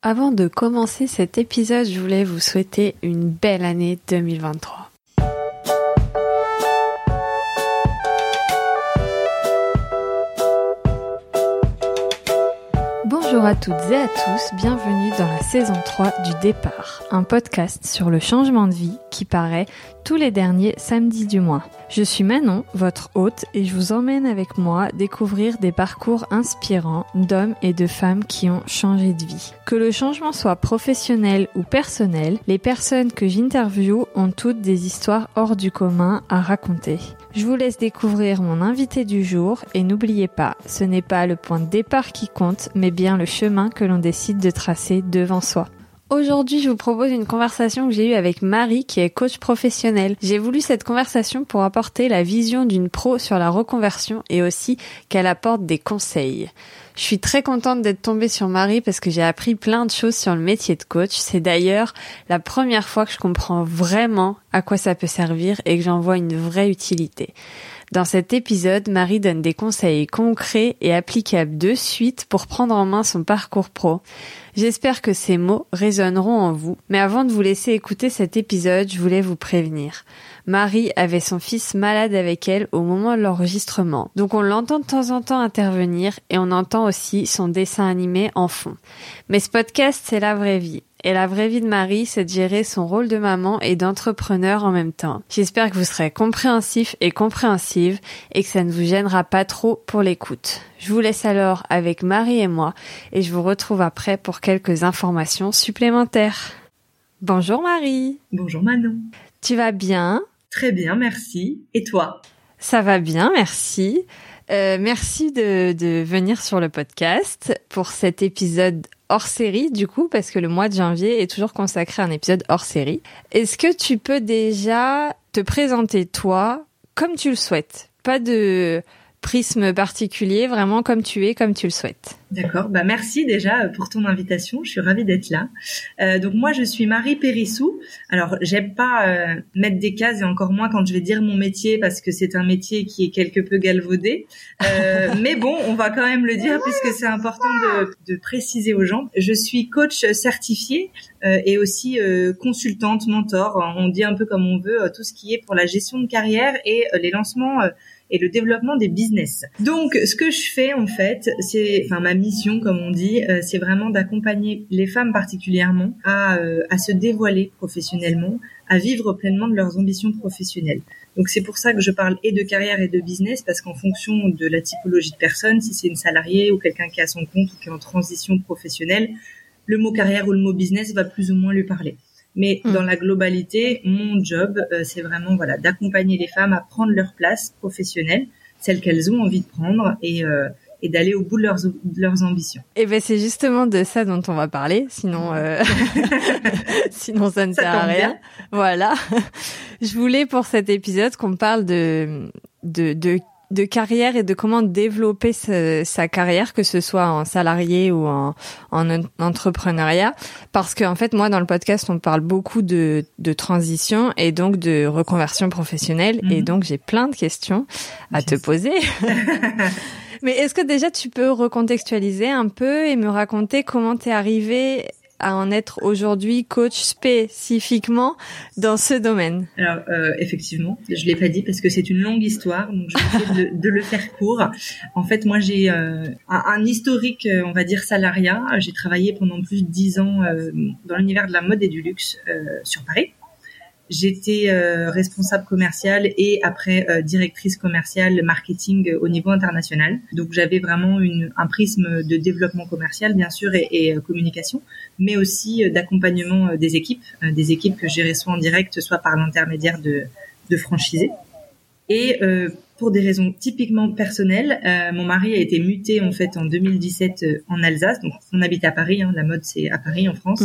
Avant de commencer cet épisode, je voulais vous souhaiter une belle année 2023. Bonjour à toutes et à tous, bienvenue dans la saison 3 du Départ, un podcast sur le changement de vie qui paraît tous les derniers samedis du mois. Je suis Manon, votre hôte, et je vous emmène avec moi découvrir des parcours inspirants d'hommes et de femmes qui ont changé de vie. Que le changement soit professionnel ou personnel, les personnes que j'interviewe ont toutes des histoires hors du commun à raconter. Je vous laisse découvrir mon invité du jour et n'oubliez pas, ce n'est pas le point de départ qui compte, mais bien le chemin que l'on décide de tracer devant soi. Aujourd'hui, je vous propose une conversation que j'ai eue avec Marie, qui est coach professionnelle. J'ai voulu cette conversation pour apporter la vision d'une pro sur la reconversion et aussi qu'elle apporte des conseils. Je suis très contente d'être tombée sur Marie parce que j'ai appris plein de choses sur le métier de coach. C'est d'ailleurs la première fois que je comprends vraiment à quoi ça peut servir et que j'en vois une vraie utilité. Dans cet épisode, Marie donne des conseils concrets et applicables de suite pour prendre en main son parcours pro. J'espère que ces mots résonneront en vous. Mais avant de vous laisser écouter cet épisode, je voulais vous prévenir. Marie avait son fils malade avec elle au moment de l'enregistrement. Donc on l'entend de temps en temps intervenir et on entend aussi son dessin animé en fond. Mais ce podcast, c'est la vraie vie. Et la vraie vie de Marie, c'est de gérer son rôle de maman et d'entrepreneur en même temps. J'espère que vous serez compréhensifs et compréhensives et que ça ne vous gênera pas trop pour l'écoute. Je vous laisse alors avec Marie et moi et je vous retrouve après pour quelques informations supplémentaires. Bonjour Marie. Bonjour Manon. Tu vas bien ? Très bien, merci. Et toi ? Ça va bien, merci. Merci de venir sur le podcast pour cet épisode hors série du coup, parce que le mois de janvier est toujours consacré à un épisode hors série. Est-ce que tu peux déjà te présenter toi comme tu le souhaites ? Pas de prisme particulier, vraiment comme tu es, comme tu le souhaites. D'accord, merci déjà pour ton invitation, je suis ravie d'être là. Donc moi je suis Marie Périssou. Alors j'aime pas mettre des cases et encore moins quand je vais dire mon métier parce que c'est un métier qui est quelque peu galvaudé. Mais bon, on va quand même le dire puisque c'est important de préciser aux gens. Je suis coach certifiée et aussi consultante, mentor. On dit un peu comme on veut tout ce qui est pour la gestion de carrière et les lancements et le développement des business. Donc, ce que je fais, en fait, ma mission, comme on dit, c'est vraiment d'accompagner les femmes particulièrement à se dévoiler professionnellement, à vivre pleinement de leurs ambitions professionnelles. Donc, c'est pour ça que je parle et de carrière et de business, parce qu'en fonction de la typologie de personne, si c'est une salariée ou quelqu'un qui a son compte ou qui est en transition professionnelle, le mot carrière ou le mot business va plus ou moins lui parler. Mais dans la globalité, mon job, c'est vraiment d'accompagner les femmes à prendre leur place professionnelle, celle qu'elles ont envie de prendre et d'aller au bout de leurs ambitions. Et c'est justement de ça dont on va parler, sinon sinon ça ne sert à rien. Bien. Voilà. Je voulais pour cet épisode qu'on parle de carrière et de comment développer sa carrière, que ce soit en salarié ou en entrepreneuriat, parce que en fait moi dans le podcast on parle beaucoup de transition et donc de reconversion professionnelle et donc j'ai plein de questions à te poser. Mais est-ce que déjà tu peux recontextualiser un peu et me raconter comment t'es arrivée à en être aujourd'hui coach spécifiquement dans ce domaine? Alors effectivement, je l'ai pas dit parce que c'est une longue histoire, donc je vais essayer de le faire court. En fait, moi j'ai un historique, on va dire salariat. J'ai travaillé pendant plus de 10 ans dans l'univers de la mode et du luxe sur Paris. J'étais responsable commerciale et après directrice commerciale marketing au niveau international. Donc j'avais vraiment un prisme de développement commercial bien sûr et communication, mais aussi d'accompagnement des équipes que je gérais soit en direct, soit par l'intermédiaire de franchisés. Et pour des raisons typiquement personnelles, mon mari a été muté en fait en 2017 en Alsace. Donc on habite à Paris, la mode c'est à Paris en France,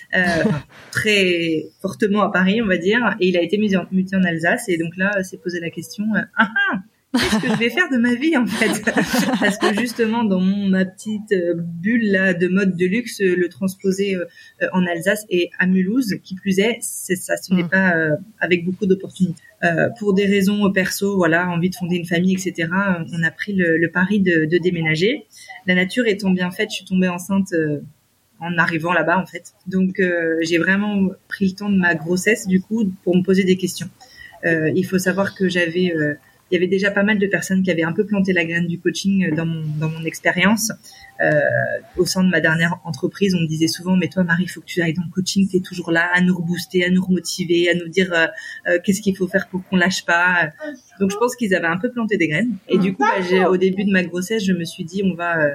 très fortement à Paris on va dire. Et il a été muté en Alsace et donc là s'est posé la question qu'est-ce que je vais faire de ma vie en fait? Parce que justement dans ma petite bulle là de mode de luxe, le transposer en Alsace et à Mulhouse, qui plus est, ce n'est pas avec beaucoup d'opportunités. Pour des raisons perso, envie de fonder une famille, etc. On a pris le pari de déménager. La nature étant bien faite, je suis tombée enceinte en arrivant là-bas en fait. Donc j'ai vraiment pris le temps de ma grossesse du coup pour me poser des questions. Il faut savoir que il y avait déjà pas mal de personnes qui avaient un peu planté la graine du coaching dans mon expérience. Au sein de ma dernière entreprise, on me disait souvent, mais toi, Marie, il faut que tu ailles dans le coaching, t'es toujours là à nous rebooster, à nous remotiver, à nous dire qu'est-ce qu'il faut faire pour qu'on lâche pas. Donc, je pense qu'ils avaient un peu planté des graines. Et du coup, au début de ma grossesse, je me suis dit,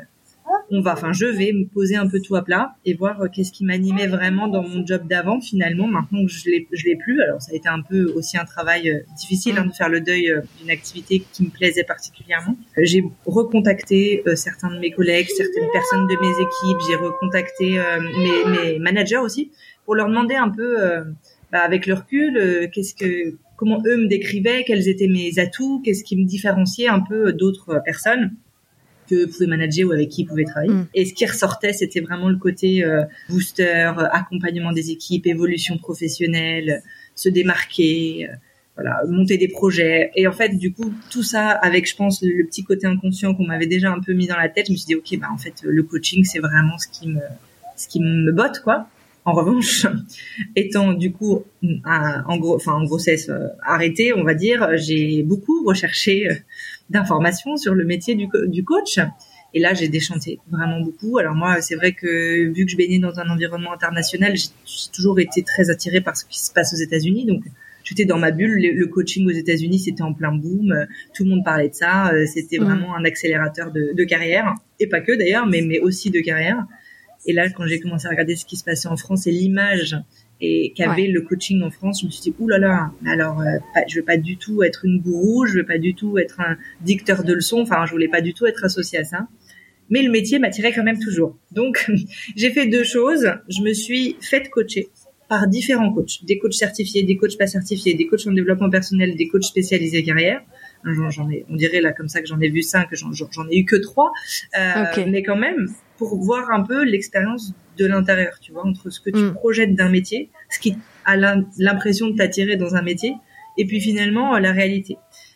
je vais me poser un peu tout à plat et voir qu'est-ce qui m'animait vraiment dans mon job d'avant. Finalement, maintenant que je l'ai plus. Alors, ça a été un peu aussi un travail difficile de faire le deuil d'une activité qui me plaisait particulièrement. J'ai recontacté certains de mes collègues, certaines personnes de mes équipes. J'ai recontacté mes managers aussi pour leur demander un peu, avec le recul, comment eux me décrivaient, quels étaient mes atouts, qu'est-ce qui me différenciait un peu d'autres personnes que pouvaient manager ou avec qui ils pouvaient travailler. Et ce qui ressortait, c'était vraiment le côté booster, accompagnement des équipes, évolution professionnelle, se démarquer, monter des projets. Et en fait, du coup, tout ça avec, je pense, le petit côté inconscient qu'on m'avait déjà un peu mis dans la tête, je me suis dit, ok, en fait, le coaching, c'est vraiment ce qui me botte, quoi. En revanche, étant du coup en grossesse arrêtée, on va dire, j'ai beaucoup recherché d'informations sur le métier du coach. Et là, j'ai déchanté vraiment beaucoup. Alors moi, c'est vrai que vu que je baignais dans un environnement international, j'ai toujours été très attirée par ce qui se passe aux États-Unis. Donc, j'étais dans ma bulle. Le coaching aux États-Unis, c'était en plein boom. Tout le monde parlait de ça. C'était vraiment un accélérateur de carrière. Et pas que d'ailleurs, mais aussi de carrière. Et là, quand j'ai commencé à regarder ce qui se passait en France et l'image qu'avait le coaching en France, je me suis dit, oulala, alors je veux pas du tout être une gourou, je veux pas du tout être un dicteur de leçons, je voulais pas du tout être associée à ça. Mais le métier m'attirait quand même toujours. Donc, j'ai fait deux choses. Je me suis faite coacher par différents coachs, des coachs certifiés, des coachs pas certifiés, des coachs en développement personnel, des coachs spécialisés carrière. On dirait là comme ça que j'en ai vu 5, j'en ai eu que 3, mais quand même pour voir un peu l'expérience de l'intérieur, tu vois, entre ce que tu projettes d'un métier, ce qui a l'impression de t'attirer dans un métier, et puis finalement la réalité.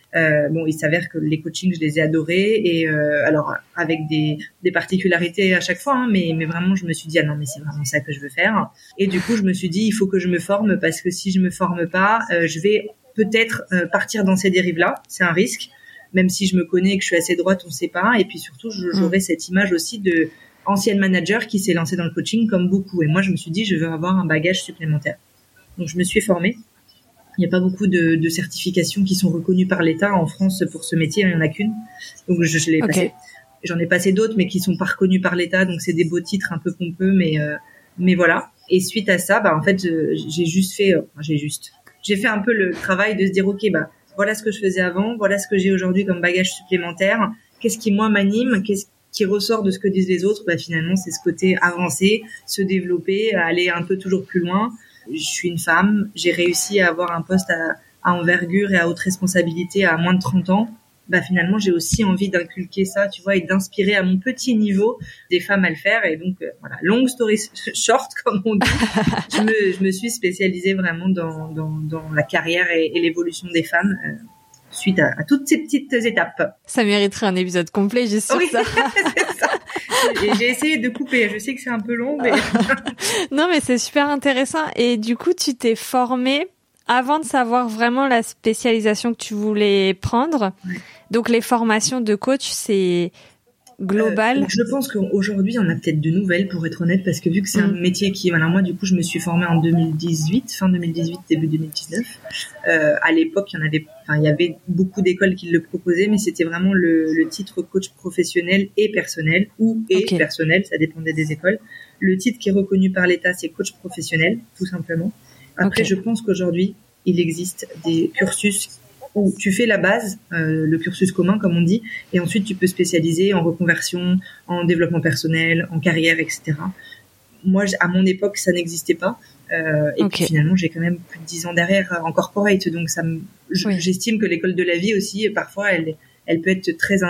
Il s'avère que les coachings, je les ai adorés, et alors avec des particularités à chaque fois, mais vraiment je me suis dit ah non mais c'est vraiment ça que je veux faire. Et du coup je me suis dit il faut que je me forme, parce que si je me forme pas, je vais peut-être partir dans ces dérives-là. C'est un risque, même si je me connais et que je suis assez droite, on sait pas. Et puis surtout, j'aurai cette image aussi de ancienne manager qui s'est lancée dans le coaching comme beaucoup. Et moi, je me suis dit, je veux avoir un bagage supplémentaire. Donc, je me suis formée. Il n'y a pas beaucoup de certifications qui sont reconnues par l'État en France pour ce métier. Il n'y en a qu'une. Donc, je l'ai passée. J'en ai passé d'autres, mais qui sont pas reconnues par l'État. Donc, c'est des beaux titres un peu pompeux, mais voilà. Et suite à ça, en fait, j'ai fait un peu le travail de se dire, ok, voilà ce que je faisais avant, voilà ce que j'ai aujourd'hui comme bagage supplémentaire. Qu'est-ce qui, moi, m'anime? Qu'est-ce qui ressort de ce que disent les autres? Finalement, c'est ce côté avancer, se développer, aller un peu toujours plus loin. Je suis une femme, j'ai réussi à avoir un poste à envergure et à haute responsabilité à moins de 30 ans. Finalement, j'ai aussi envie d'inculquer ça, tu vois, et d'inspirer à mon petit niveau des femmes à le faire. Et donc, voilà, long story short, comme on dit, je me suis spécialisée vraiment dans la carrière et l'évolution des femmes suite à toutes ces petites étapes. Ça mériterait un épisode complet, juste sur ça. C'est ça. Et j'ai essayé de couper. Je sais que c'est un peu long, mais... Non, mais c'est super intéressant. Et du coup, tu t'es formée avant de savoir vraiment la spécialisation que tu voulais prendre. Ouais. Donc, les formations de coach, c'est global. Je pense qu'aujourd'hui, on a peut-être de nouvelles, pour être honnête, parce que vu que c'est un métier alors moi, du coup, je me suis formée en 2018, fin 2018, début 2019. À l'époque, il y avait beaucoup d'écoles qui le proposaient, mais c'était vraiment le titre coach professionnel et personnel, personnel, ça dépendait des écoles. Le titre qui est reconnu par l'État, c'est coach professionnel, tout simplement. Après, je pense qu'aujourd'hui, il existe des cursus où tu fais la base, le cursus commun, comme on dit, et ensuite tu peux spécialiser en reconversion, en développement personnel, en carrière, etc. Moi, à mon époque, ça n'existait pas. Et puis finalement, j'ai quand même plus de 10 ans derrière en corporate, donc j'estime que l'école de la vie aussi, parfois, elle peut être très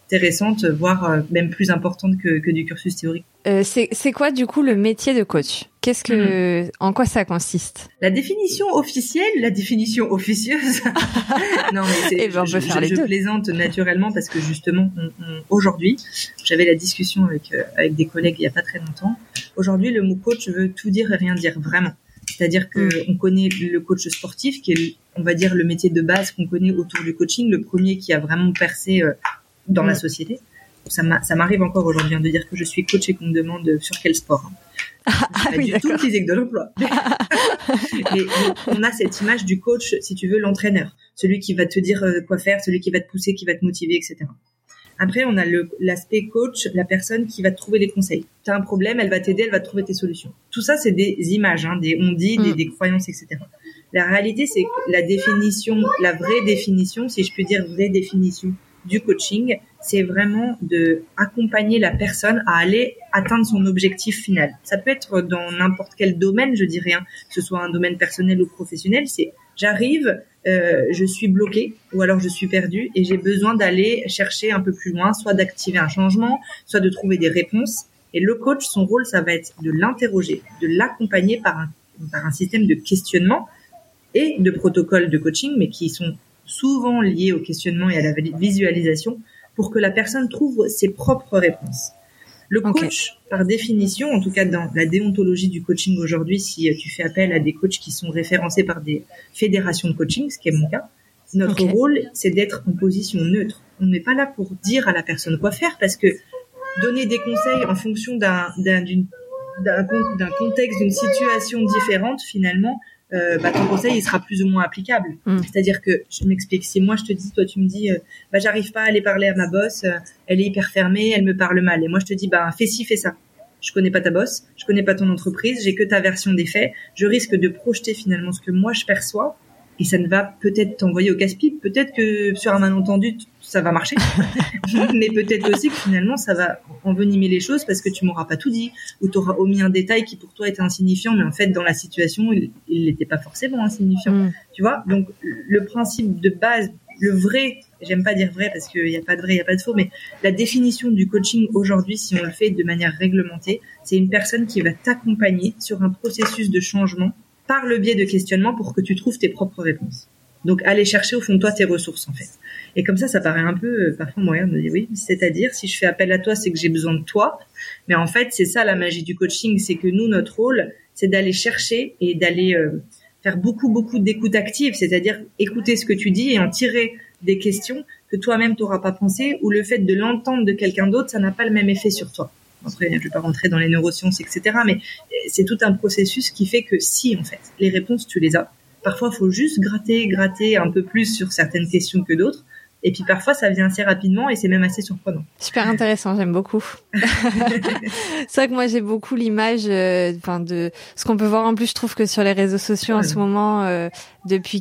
intéressante, voire même plus importante que du cursus théorique. C'est quoi du coup le métier de coach ? En quoi ça consiste ? La définition officielle, la définition officieuse. Non mais je plaisante naturellement parce que justement aujourd'hui, j'avais la discussion avec des collègues il y a pas très longtemps. Aujourd'hui, le mot coach veut tout dire et rien dire vraiment. C'est-à-dire que on connaît le coach sportif qui est, on va dire, le métier de base qu'on connaît autour du coaching, le premier qui a vraiment percé dans la société. Ça m'arrive encore aujourd'hui de dire que je suis coach et qu'on me demande sur quel sport. Oui, du tout physique de l'emploi. Mais on a cette image du coach, si tu veux, l'entraîneur, celui qui va te dire quoi faire, celui qui va te pousser, qui va te motiver, etc. Après, on a l'aspect coach, la personne qui va te trouver les conseils. Tu as un problème, elle va t'aider, elle va te trouver tes solutions. Tout ça, c'est des images, des croyances, etc. La réalité, c'est que la vraie définition, si je puis dire vraie définition du coaching, c'est vraiment de accompagner la personne à aller atteindre son objectif final. Ça peut être dans n'importe quel domaine, je dirais, que ce soit un domaine personnel ou professionnel. C'est j'arrive, je suis bloquée ou alors je suis perdue et j'ai besoin d'aller chercher un peu plus loin, soit d'activer un changement, soit de trouver des réponses. Et le coach, son rôle, ça va être de l'interroger, de l'accompagner par un système de questionnement et de protocoles de coaching, mais qui sont souvent liés au questionnement et à la visualisation pour que la personne trouve ses propres réponses. Le coach, par définition, en tout cas dans la déontologie du coaching aujourd'hui, si tu fais appel à des coachs qui sont référencés par des fédérations de coaching, ce qui est mon cas, notre rôle, c'est d'être en position neutre. On n'est pas là pour dire à la personne quoi faire, parce que donner des conseils en fonction d'un contexte, d'une situation différente, finalement, ton conseil il sera plus ou moins applicable. C'est-à-dire que je m'explique, si moi je te dis, toi tu me dis j'arrive pas à aller parler à ma boss, elle est hyper fermée, elle me parle mal, et moi je te dis fais ci, fais ça. Je connais pas ta boss, je connais pas ton entreprise, j'ai que ta version des faits, je risque de projeter finalement ce que moi je perçois, et ça ne va peut-être t'envoyer au casse-pipe, peut-être que sur un malentendu ça va marcher, mais peut-être aussi que finalement ça va envenimer les choses parce que tu m'auras pas tout dit, ou tu auras omis un détail qui pour toi était insignifiant, mais en fait dans la situation il n'était pas forcément insignifiant. Tu vois, donc le principe de base, le vrai, j'aime pas dire vrai parce qu'il y a pas de vrai, il y a pas de faux, mais la définition du coaching aujourd'hui, si on le fait de manière réglementée, c'est une personne qui va t'accompagner sur un processus de changement par le biais de questionnement pour que tu trouves tes propres réponses. Donc, aller chercher au fond de toi tes ressources, en fait. Et comme ça paraît un peu, parfois, moyen de me dire oui, c'est-à-dire, si je fais appel à toi, c'est que j'ai besoin de toi. Mais en fait, c'est ça la magie du coaching, c'est que nous, notre rôle, c'est d'aller chercher et d'aller faire beaucoup, beaucoup d'écoute active, c'est-à-dire écouter ce que tu dis et en tirer des questions que toi-même t'auras pas pensé, ou le fait de l'entendre de quelqu'un d'autre, ça n'a pas le même effet sur toi. Après, je vais pas rentrer dans les neurosciences, etc. Mais c'est tout un processus qui fait que si, en fait, les réponses, tu les as. Parfois, il faut juste gratter un peu plus sur certaines questions que d'autres. Et puis parfois, ça vient assez rapidement et c'est même assez surprenant. Super intéressant, j'aime beaucoup. C'est vrai que moi, j'ai beaucoup l'image de ce qu'on peut voir en plus. Je trouve que sur les réseaux sociaux en ce moment, depuis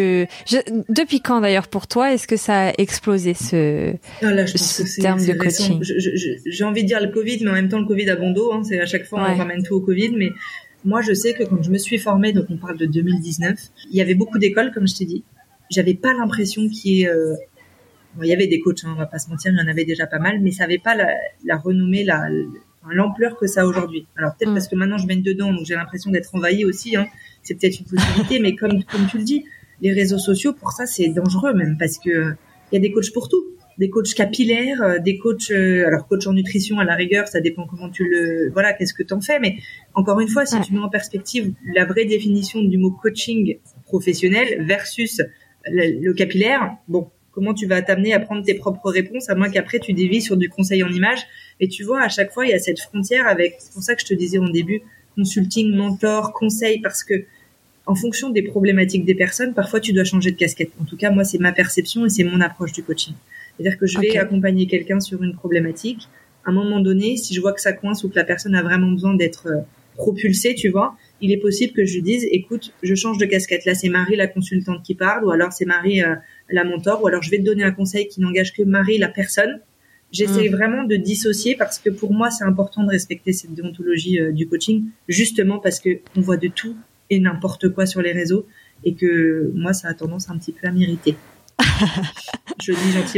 quand d'ailleurs pour toi, est-ce que ça a explosé ce terme de coaching? J'ai envie de dire le Covid, mais en même temps, le Covid a bon dos. C'est à chaque fois, on ramène tout au Covid. Mais moi, je sais que quand je me suis formée, donc on parle de 2019, il y avait beaucoup d'écoles, comme je t'ai dit. J'avais pas l'impression qu'il y ait... il y avait des coachs, on va pas se mentir, il y en avait déjà pas mal, mais ça avait pas la renommée, l'ampleur que ça a aujourd'hui. Alors peut-être parce que maintenant je baigne dedans, donc j'ai l'impression d'être envahie aussi, c'est peut-être une possibilité, mais comme tu le dis, les réseaux sociaux, pour ça, c'est dangereux même, parce que il y a des coachs pour tout. Des coachs capillaires, des coachs, alors coach en nutrition à la rigueur, ça dépend comment qu'est-ce que t'en fais, mais encore une fois, si tu mets en perspective la vraie définition du mot coaching professionnel versus le capillaire, comment tu vas t'amener à prendre tes propres réponses, à moins qu'après tu dévies sur du conseil en images. Et tu vois, à chaque fois, il y a cette frontière c'est pour ça que je te disais au début, consulting, mentor, conseil, parce que en fonction des problématiques des personnes, parfois tu dois changer de casquette. En tout cas, moi, c'est ma perception et c'est mon approche du coaching. C'est-à-dire que je vais accompagner quelqu'un sur une problématique. À un moment donné, si je vois que ça coince ou que la personne a vraiment besoin d'être propulsée, tu vois, il est possible que je dise, écoute, je change de casquette. Là, c'est Marie, la consultante qui parle, ou alors c'est Marie, la mentor, ou alors je vais te donner un conseil qui n'engage que Marie, la personne. J'essaie vraiment de dissocier parce que pour moi, c'est important de respecter cette déontologie du coaching, justement parce que on voit de tout et n'importe quoi sur les réseaux et que moi, ça a tendance un petit peu à m'irriter. Je le dis gentiment.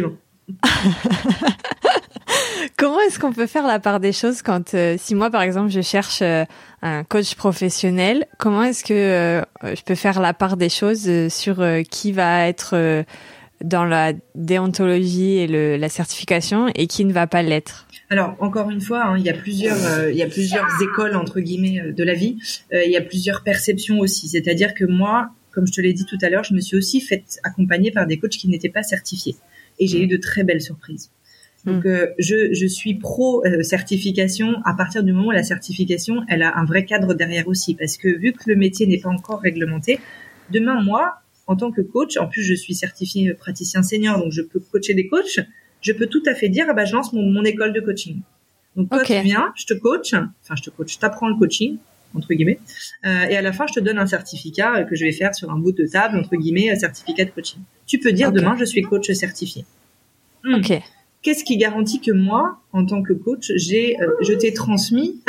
Comment est-ce qu'on peut faire la part des choses quand, si moi par exemple je cherche un coach professionnel, comment est-ce que je peux faire la part des choses sur qui va être dans la déontologie et la certification et qui ne va pas l'être? Alors encore une fois, hein, il y a plusieurs écoles entre guillemets de la vie. Il y a plusieurs perceptions aussi. C'est-à-dire que moi, comme je te l'ai dit tout à l'heure, je me suis aussi faite accompagner par des coachs qui n'étaient pas certifiés et j'ai eu de très belles surprises. Donc je suis pro certification à partir du moment où la certification elle a un vrai cadre derrière aussi, parce que vu que le métier n'est pas encore réglementé, demain moi en tant que coach, en plus je suis certifié praticien senior, donc je peux coacher des coachs, je peux tout à fait dire je lance mon école de coaching. Donc toi tu viens, je t'apprends le coaching entre guillemets, et à la fin je te donne un certificat que je vais faire sur un bout de table entre guillemets, certificat de coaching. Tu peux dire demain je suis coach certifié. Ok. Qu'est-ce qui garantit que moi, en tant que coach, je t'ai transmis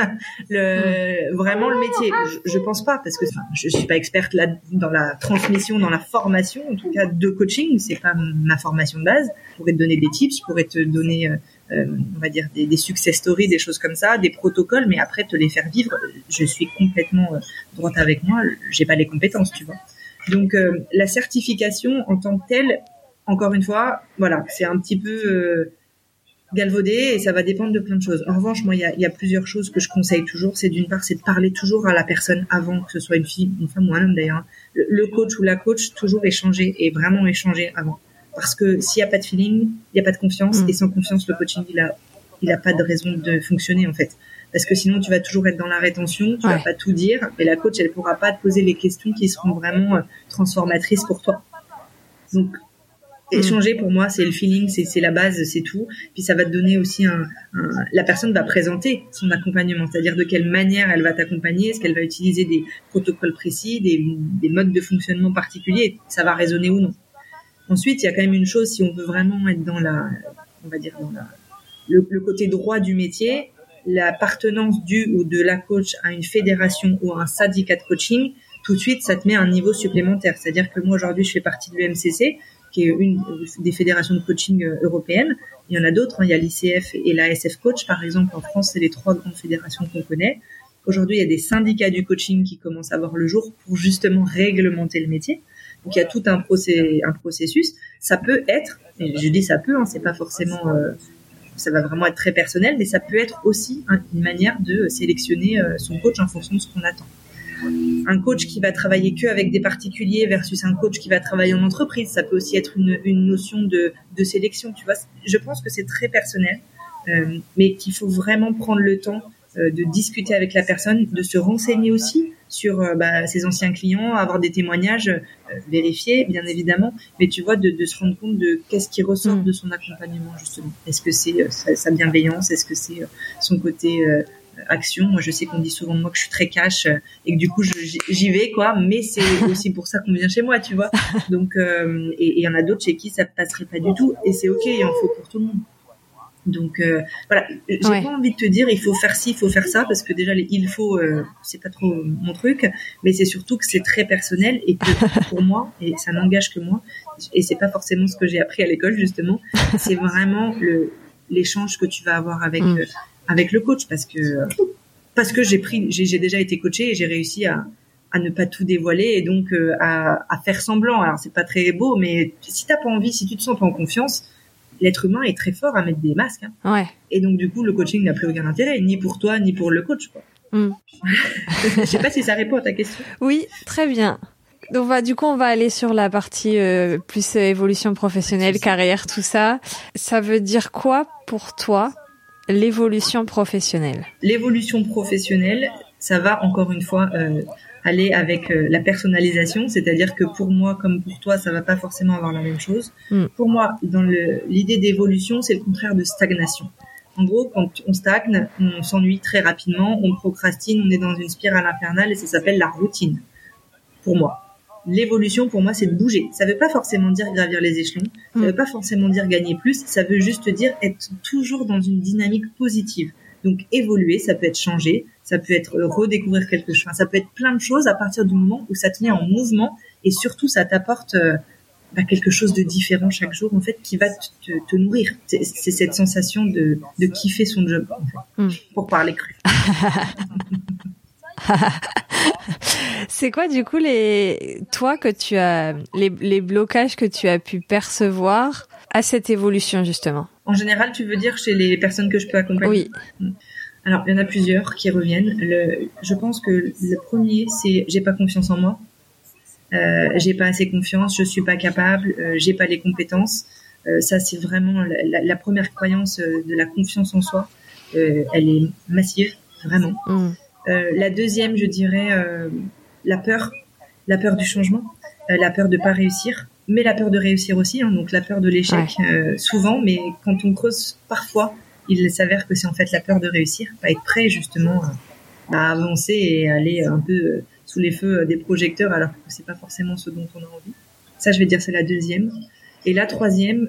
vraiment le métier? Je pense pas, parce que je suis pas experte là dans la transmission, dans la formation, en tout cas de coaching. C'est pas ma formation de base. Je pourrais te donner des tips, je pourrais te donner, on va dire des success stories, des choses comme ça, des protocoles, mais après te les faire vivre, je suis complètement droite avec moi. J'ai pas les compétences, tu vois. Donc la certification en tant que telle, encore une fois, voilà, c'est un petit peu galvaudé et ça va dépendre de plein de choses. En revanche, moi, il y a plusieurs choses que je conseille toujours. C'est d'une part, c'est de parler toujours à la personne avant, que ce soit une fille, une femme ou un homme d'ailleurs. Le coach ou la coach, toujours échanger et vraiment échanger avant. Parce que s'il y a pas de feeling, il y a pas de confiance et sans confiance, le coaching, il a pas de raison de fonctionner en fait. Parce que sinon, tu vas toujours être dans la rétention, tu vas pas tout dire et la coach, elle pourra pas te poser les questions qui seront vraiment transformatrices pour toi. Donc, échanger pour moi c'est le feeling, c'est la base, c'est tout. Puis ça va te donner aussi la personne va présenter son accompagnement, c'est-à-dire de quelle manière elle va t'accompagner, est-ce qu'elle va utiliser des protocoles précis, des modes de fonctionnement particuliers, ça va résonner ou non. Ensuite il y a quand même une chose, si on veut vraiment être dans le côté droit du métier, l'appartenance du ou de la coach à une fédération ou à un syndicat de coaching, tout de suite ça te met à un niveau supplémentaire. C'est-à-dire que moi aujourd'hui je fais partie de l'EMCC, qui est une des fédérations de coaching européennes. Il y en a d'autres, hein. Il y a l'ICF et la SF Coach, par exemple. En France, c'est les 3 grandes fédérations qu'on connaît. Aujourd'hui, il y a des syndicats du coaching qui commencent à voir le jour pour justement réglementer le métier. Donc, il y a tout un processus. Ça peut être, et je dis ça peut, hein, c'est pas forcément, ça va vraiment être très personnel, mais ça peut être aussi une manière de sélectionner son coach en fonction de ce qu'on attend. Un coach qui va travailler que avec des particuliers versus un coach qui va travailler en entreprise, ça peut aussi être une notion de sélection, tu vois. Je pense que c'est très personnel, mais qu'il faut vraiment prendre le temps de discuter avec la personne, de se renseigner aussi sur ses anciens clients, avoir des témoignages, vérifier bien évidemment, mais tu vois, de se rendre compte de qu'est-ce qui ressort de son accompagnement justement. Est-ce que c'est sa bienveillance, est-ce que c'est son côté action. Moi, je sais qu'on dit souvent de moi que je suis très cash et que du coup, j'y vais, quoi. Mais c'est aussi pour ça qu'on vient chez moi, tu vois. Donc, et il y en a d'autres chez qui ça passerait pas du tout. Et c'est ok, il en faut pour tout le monde. Donc, voilà. J'ai pas envie de te dire, il faut faire ci, il faut faire ça, parce que déjà, il faut, c'est pas trop mon truc. Mais c'est surtout que c'est très personnel et que pour moi, et ça n'engage que moi, et c'est pas forcément ce que j'ai appris à l'école, justement, c'est vraiment l'échange que tu vas avoir avec le coach, parce que j'ai déjà été coachée et j'ai réussi à ne pas tout dévoiler et donc à faire semblant. Alors c'est pas très beau, mais si t'as pas envie, si tu te sens pas en confiance, l'être humain est très fort à mettre des masques. Hein. Ouais. Et donc du coup le coaching n'a plus aucun intérêt, ni pour toi ni pour le coach, quoi. Je sais pas si ça répond à ta question. Oui, très bien. Donc du coup on va aller sur la partie plus évolution professionnelle, carrière, tout ça. Ça veut dire quoi pour toi l'évolution professionnelle? L'évolution professionnelle, ça va encore une fois aller avec la personnalisation, c'est-à-dire que pour moi comme pour toi, ça va pas forcément avoir la même chose. Pour moi, dans l'idée d'évolution, c'est le contraire de stagnation. En gros, quand on stagne, on s'ennuie très rapidement, on procrastine, on est dans une spirale infernale et ça s'appelle la routine. Pour moi. L'évolution, pour moi, c'est de bouger. Ça veut pas forcément dire gravir les échelons. Ça veut pas forcément dire gagner plus. Ça veut juste dire être toujours dans une dynamique positive. Donc, évoluer, ça peut être changer. Ça peut être redécouvrir quelque chose. Ça peut être plein de choses à partir du moment où ça te met en mouvement et surtout, ça t'apporte quelque chose de différent chaque jour, en fait, qui va te nourrir. C'est cette sensation de kiffer son job, en fait, pour parler cru. C'est quoi, du coup, les blocages que tu as pu percevoir à cette évolution, justement? En général, tu veux dire chez les personnes que je peux accompagner? Oui. Alors, il y en a plusieurs qui reviennent. Je pense que le premier, c'est j'ai pas confiance en moi. J'ai pas assez confiance, je suis pas capable, j'ai pas les compétences. Ça, c'est vraiment la première croyance de la confiance en soi. Elle est massive, vraiment. La deuxième, je dirais, la peur du changement, la peur de pas réussir, mais la peur de réussir aussi, hein, donc la peur de l'échec, souvent, mais quand on creuse parfois, il s'avère que c'est en fait la peur de réussir, pas être prêt justement à avancer et aller un peu sous les feux des projecteurs alors que c'est pas forcément ce dont on a envie. Ça, je vais dire, c'est la deuxième. Et la troisième,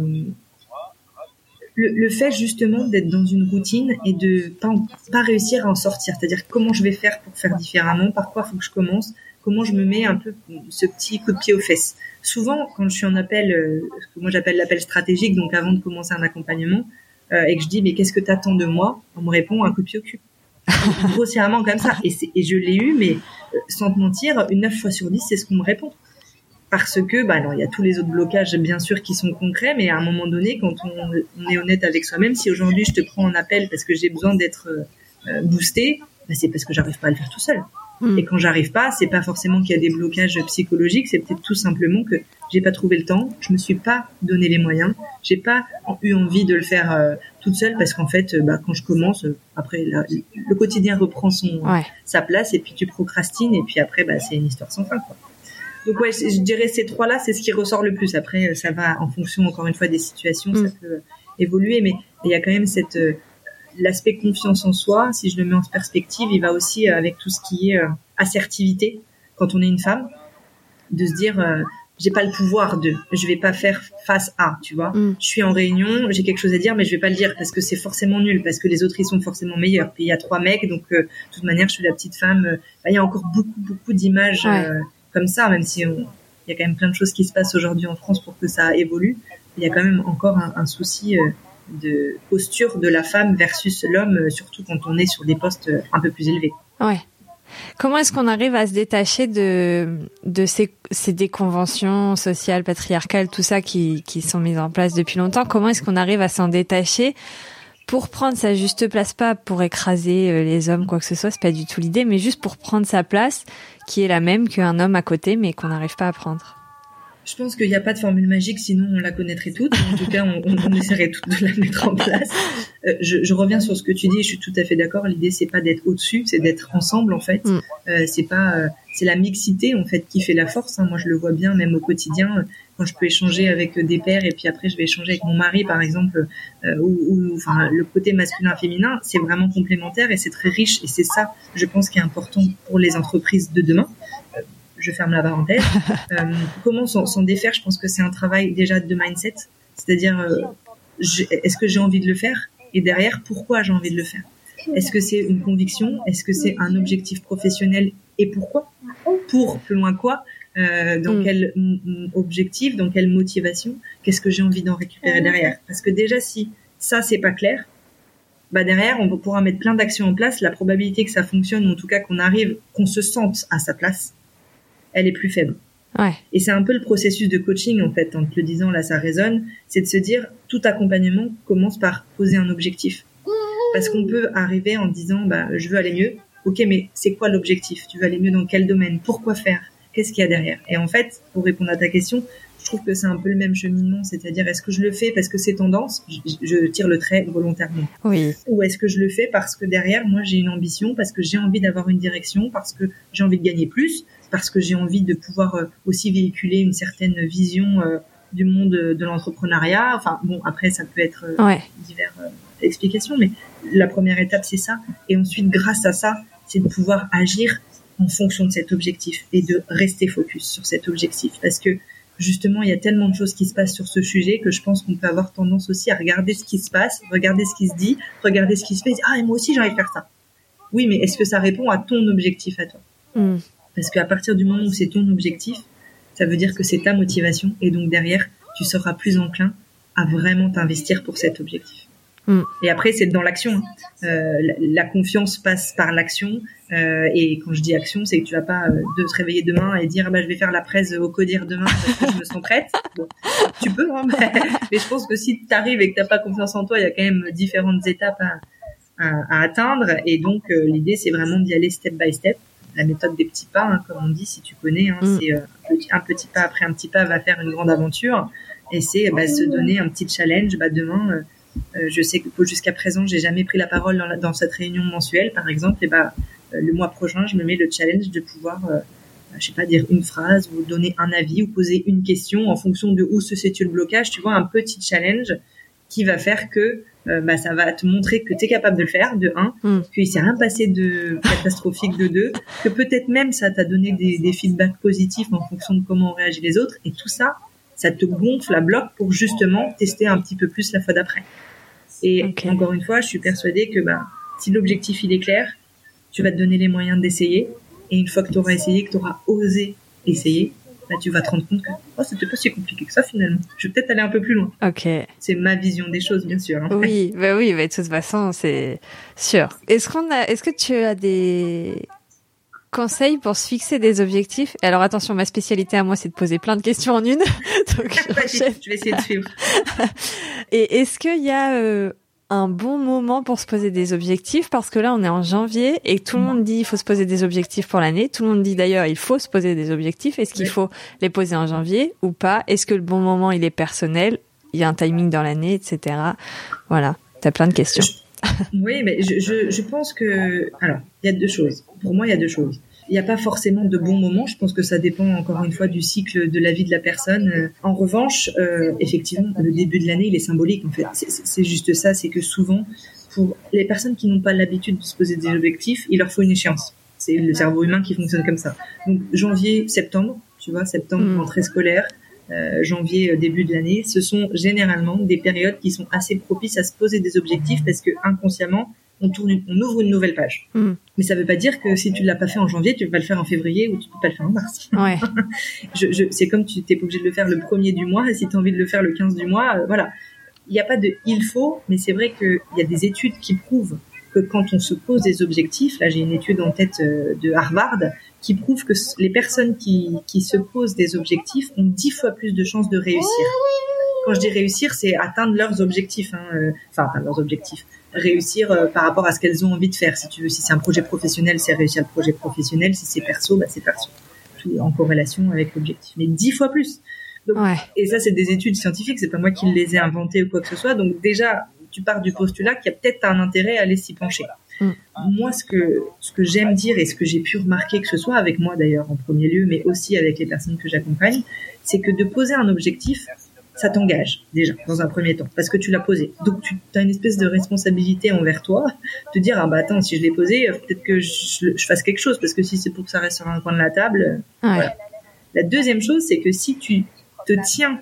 le fait justement d'être dans une routine et de pas réussir à en sortir. C'est-à-dire comment je vais faire pour faire différemment, par quoi faut que je commence, comment je me mets un peu ce petit coup de pied aux fesses. Souvent, quand je suis en appel, ce que moi j'appelle l'appel stratégique, donc avant de commencer un accompagnement, et que je dis mais qu'est-ce que t'attends de moi, on me répond un coup de pied au cul. Grossièrement comme ça. Et je l'ai eu, mais sans te mentir, 9 fois sur 10, c'est ce qu'on me répond. Parce que, alors, il y a tous les autres blocages, bien sûr, qui sont concrets, mais à un moment donné, quand on est honnête avec soi-même, si aujourd'hui je te prends en appel parce que j'ai besoin d'être boosté, c'est parce que j'arrive pas à le faire tout seul. Et quand j'arrive pas, c'est pas forcément qu'il y a des blocages psychologiques, c'est peut-être tout simplement que j'ai pas trouvé le temps, je me suis pas donné les moyens, j'ai pas eu envie de le faire toute seule parce qu'en fait, quand je commence, après le quotidien reprend sa place et puis tu procrastines et puis après, c'est une histoire sans fin, quoi. Donc ouais, je dirais ces trois-là, c'est ce qui ressort le plus. Après, ça va en fonction, encore une fois, des situations, ça peut évoluer, mais il y a quand même l'aspect confiance en soi. Si je le mets en perspective, il va aussi avec tout ce qui est assertivité. Quand on est une femme, de se dire, j'ai pas le pouvoir je vais pas faire face à, tu vois. Je suis en réunion, j'ai quelque chose à dire, mais je vais pas le dire parce que c'est forcément nul, parce que les autres ils sont forcément meilleurs. Puis il y a 3 mecs, donc de toute manière, je suis la petite femme. Il y a encore beaucoup d'images. Comme ça, même si il y a quand même plein de choses qui se passent aujourd'hui en France pour que ça évolue, il y a quand même encore un souci de posture de la femme versus l'homme, surtout quand on est sur des postes un peu plus élevés. Ouais. Comment est-ce qu'on arrive à se détacher de ces déconventions sociales, patriarcales, tout ça qui sont mises en place depuis longtemps? Comment est-ce qu'on arrive à s'en détacher pour prendre sa juste place, pas pour écraser les hommes, quoi que ce soit, c'est pas du tout l'idée, mais juste pour prendre sa place, qui est la même qu'un homme à côté, mais qu'on n'arrive pas à prendre. Je pense qu'il n'y a pas de formule magique, sinon on la connaîtrait toutes. En tout cas, on essaierait toutes de la mettre en place. Je reviens sur ce que tu dis, je suis tout à fait d'accord. L'idée, c'est pas d'être au-dessus, c'est d'être ensemble, en fait. C'est la mixité, en fait, qui fait la force. Moi, je le vois bien, même au quotidien, quand je peux échanger avec des pairs, et puis après, je vais échanger avec mon mari, par exemple, enfin, le côté masculin-féminin, c'est vraiment complémentaire et c'est très riche. Et c'est ça, je pense, qui est important pour les entreprises de demain. Je ferme la parenthèse. Comment s'en défaire? Je pense que c'est un travail déjà de mindset, c'est-à-dire est-ce que j'ai envie de le faire, et derrière pourquoi j'ai envie de le faire. Est-ce que c'est une conviction? Est-ce que c'est un objectif professionnel, et pourquoi? Pour plus loin quoi? Dans quel objectif, dans quelle motivation? Qu'est-ce que j'ai envie d'en récupérer derrière? Parce que déjà si ça c'est pas clair, derrière on pourra mettre plein d'actions en place. La probabilité que ça fonctionne, ou en tout cas qu'on se sente à sa place, elle est plus faible. Ouais. Et c'est un peu le processus de coaching, en fait, en te le disant, là, ça résonne, c'est de se dire, tout accompagnement commence par poser un objectif. Parce qu'on peut arriver en disant, je veux aller mieux. Ok, mais c'est quoi l'objectif? Tu veux aller mieux dans quel domaine? Pourquoi faire? Qu'est-ce qu'il y a derrière? Et en fait, pour répondre à ta question, je trouve que c'est un peu le même cheminement, c'est-à-dire, est-ce que je le fais parce que c'est tendance? Je tire le trait volontairement. Oui. Ou est-ce que je le fais parce que derrière, moi, j'ai une ambition, parce que j'ai envie d'avoir une direction, parce que j'ai envie de gagner plus, parce que j'ai envie de pouvoir aussi véhiculer une certaine vision du monde de l'entrepreneuriat. Enfin, bon, après, ça peut être diverses explications, mais la première étape, c'est ça. Et ensuite, grâce à ça, c'est de pouvoir agir en fonction de cet objectif et de rester focus sur cet objectif. Parce que, justement, il y a tellement de choses qui se passent sur ce sujet que je pense qu'on peut avoir tendance aussi à regarder ce qui se passe, regarder ce qui se dit, regarder ce qui se fait, et dire, et moi aussi, j'ai envie de faire ça. Oui, mais est-ce que ça répond à ton objectif à toi? Parce qu'à partir du moment où c'est ton objectif, ça veut dire que c'est ta motivation et donc derrière, tu seras plus enclin à vraiment t'investir pour cet objectif. Et après, c'est dans l'action. La confiance passe par l'action. Et quand je dis action, c'est que tu vas pas de te réveiller demain et dire je vais faire la presse au codir demain parce que je me sens prête. Bon, tu peux, hein, mais je pense que si tu arrives et que t'as pas confiance en toi, il y a quand même différentes étapes à atteindre. Et donc, l'idée, c'est vraiment d'y aller step by step. La méthode des petits pas, hein, comme on dit, si tu connais, hein, c'est un petit pas après un petit pas va faire une grande aventure. Et c'est se donner un petit challenge. Demain, je sais que jusqu'à présent, j'ai jamais pris la parole dans cette réunion mensuelle, par exemple. Et le mois prochain, je me mets le challenge de pouvoir, dire une phrase ou donner un avis ou poser une question en fonction de où se situe le blocage. Tu vois, un petit challenge qui va faire que ça va te montrer que tu es capable de le faire, de 1, qu'il s'est rien passé de catastrophique, de 2, que peut-être même ça t'a donné des feedbacks positifs en fonction de comment ont réagi les autres. Et tout ça, ça te gonfle à bloc pour justement tester un petit peu plus la fois d'après. Et encore une fois, je suis persuadée que si l'objectif il est clair, tu vas te donner les moyens d'essayer. Et une fois que tu auras essayé, que tu auras osé essayer, tu vas te rendre compte que c'était pas si compliqué que ça finalement. Je vais peut-être aller un peu plus loin. Ok. C'est ma vision des choses, bien sûr. Hein. Oui, de toute façon, c'est sûr. Est-ce que tu as des conseils pour se fixer des objectifs? Alors attention, ma spécialité à moi, c'est de poser plein de questions en une. Donc je vais essayer de suivre. Et est-ce qu'il y a un bon moment pour se poser des objectifs? Parce que là, on est en janvier et tout le monde dit il faut se poser des objectifs pour l'année. Tout le monde dit d'ailleurs il faut se poser des objectifs. Est-ce qu'il faut les poser en janvier ou pas? Est-ce que le bon moment, il est personnel? Il y a un timing dans l'année, etc. Voilà, t'as plein de questions. Oui, mais je pense que... Alors, il y a deux choses. Pour moi, il y a deux choses. Il n'y a pas forcément de bon moment. Je pense que ça dépend, encore une fois, du cycle de la vie de la personne. En revanche, effectivement, le début de l'année, il est symbolique, en fait. C'est juste ça, c'est que souvent, pour les personnes qui n'ont pas l'habitude de se poser des objectifs, il leur faut une échéance. C'est le cerveau humain qui fonctionne comme ça. Donc, janvier, septembre, tu vois, septembre, rentrée scolaire, janvier, début de l'année, ce sont généralement des périodes qui sont assez propices à se poser des objectifs parce que inconsciemment, on ouvre une nouvelle page. Mais ça veut pas dire que si tu l'as pas fait en janvier, tu vas le faire en février ou tu peux pas le faire en mars. Ouais. C'est comme tu t'es pas obligé de le faire le 1er du mois et si tu as envie de le faire le 15 du mois, voilà. Il n'y a pas de il faut, mais c'est vrai qu'il y a des études qui prouvent que quand on se pose des objectifs, là j'ai une étude en tête de Harvard qui prouve que les personnes qui se posent des objectifs ont 10 fois plus de chances de réussir. Quand je dis réussir, c'est atteindre leurs objectifs, leurs objectifs. Réussir par rapport à ce qu'elles ont envie de faire. Si tu veux, si c'est un projet professionnel, c'est réussir le projet professionnel. Si c'est perso, c'est perso. Tout en corrélation avec l'objectif. Mais 10 fois plus. Donc, et ça, c'est des études scientifiques. C'est pas moi qui les ai inventées ou quoi que ce soit. Donc déjà, tu pars du postulat qu'il y a peut-être un intérêt à aller s'y pencher. Moi, ce que j'aime dire et ce que j'ai pu remarquer, que ce soit avec moi d'ailleurs en premier lieu, mais aussi avec les personnes que j'accompagne, c'est que de poser un objectif, ça t'engage déjà dans un premier temps parce que tu l'as posé. Donc tu as une espèce de responsabilité envers toi, te dire attends, si je l'ai posé, peut-être que je fasse quelque chose parce que si c'est pour que ça reste sur un coin de la table. Voilà. La deuxième chose, c'est que si tu te tiens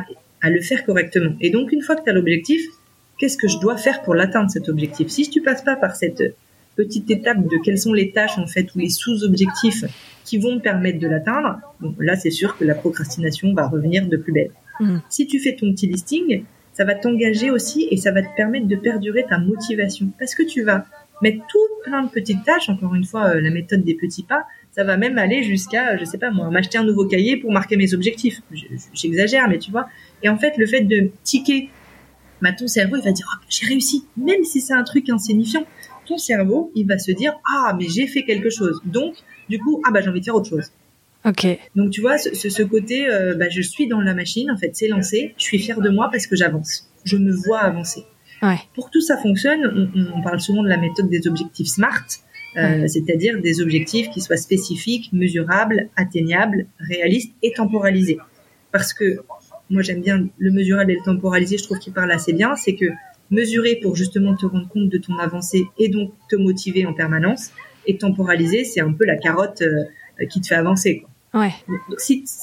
à le faire correctement et donc une fois que tu as l'objectif, qu'est-ce que je dois faire pour l'atteindre cet objectif? Si tu passes pas par cette petite étape de quelles sont les tâches en fait ou les sous-objectifs qui vont me permettre de l'atteindre, bon, là c'est sûr que la procrastination va revenir de plus belle. Si tu fais ton petit listing, ça va t'engager aussi et ça va te permettre de perdurer ta motivation parce que tu vas mettre tout plein de petites tâches. Encore une fois, la méthode des petits pas, ça va même aller jusqu'à, je sais pas moi, m'acheter un nouveau cahier pour marquer mes objectifs. J'exagère, mais tu vois. Et en fait, le fait de ticker, ton cerveau, il va dire j'ai réussi, même si c'est un truc insignifiant. Ton cerveau, il va se dire mais j'ai fait quelque chose. Donc, du coup, j'ai envie de faire autre chose. Ok. Donc tu vois, ce côté, je suis dans la machine, en fait, c'est lancé. Je suis fière de moi parce que j'avance. Je me vois avancer. Ouais. Pour que tout ça fonctionne, on parle souvent de la méthode des objectifs SMART, c'est-à-dire des objectifs qui soient spécifiques, mesurables, atteignables, réalistes et temporalisés. Parce que moi j'aime bien le mesurable et le temporalisé, je trouve qu'il parle assez bien. C'est que mesurer pour justement te rendre compte de ton avancée et donc te motiver en permanence, et temporaliser, c'est un peu la carotte qui te fait avancer, quoi. Ouais. Donc,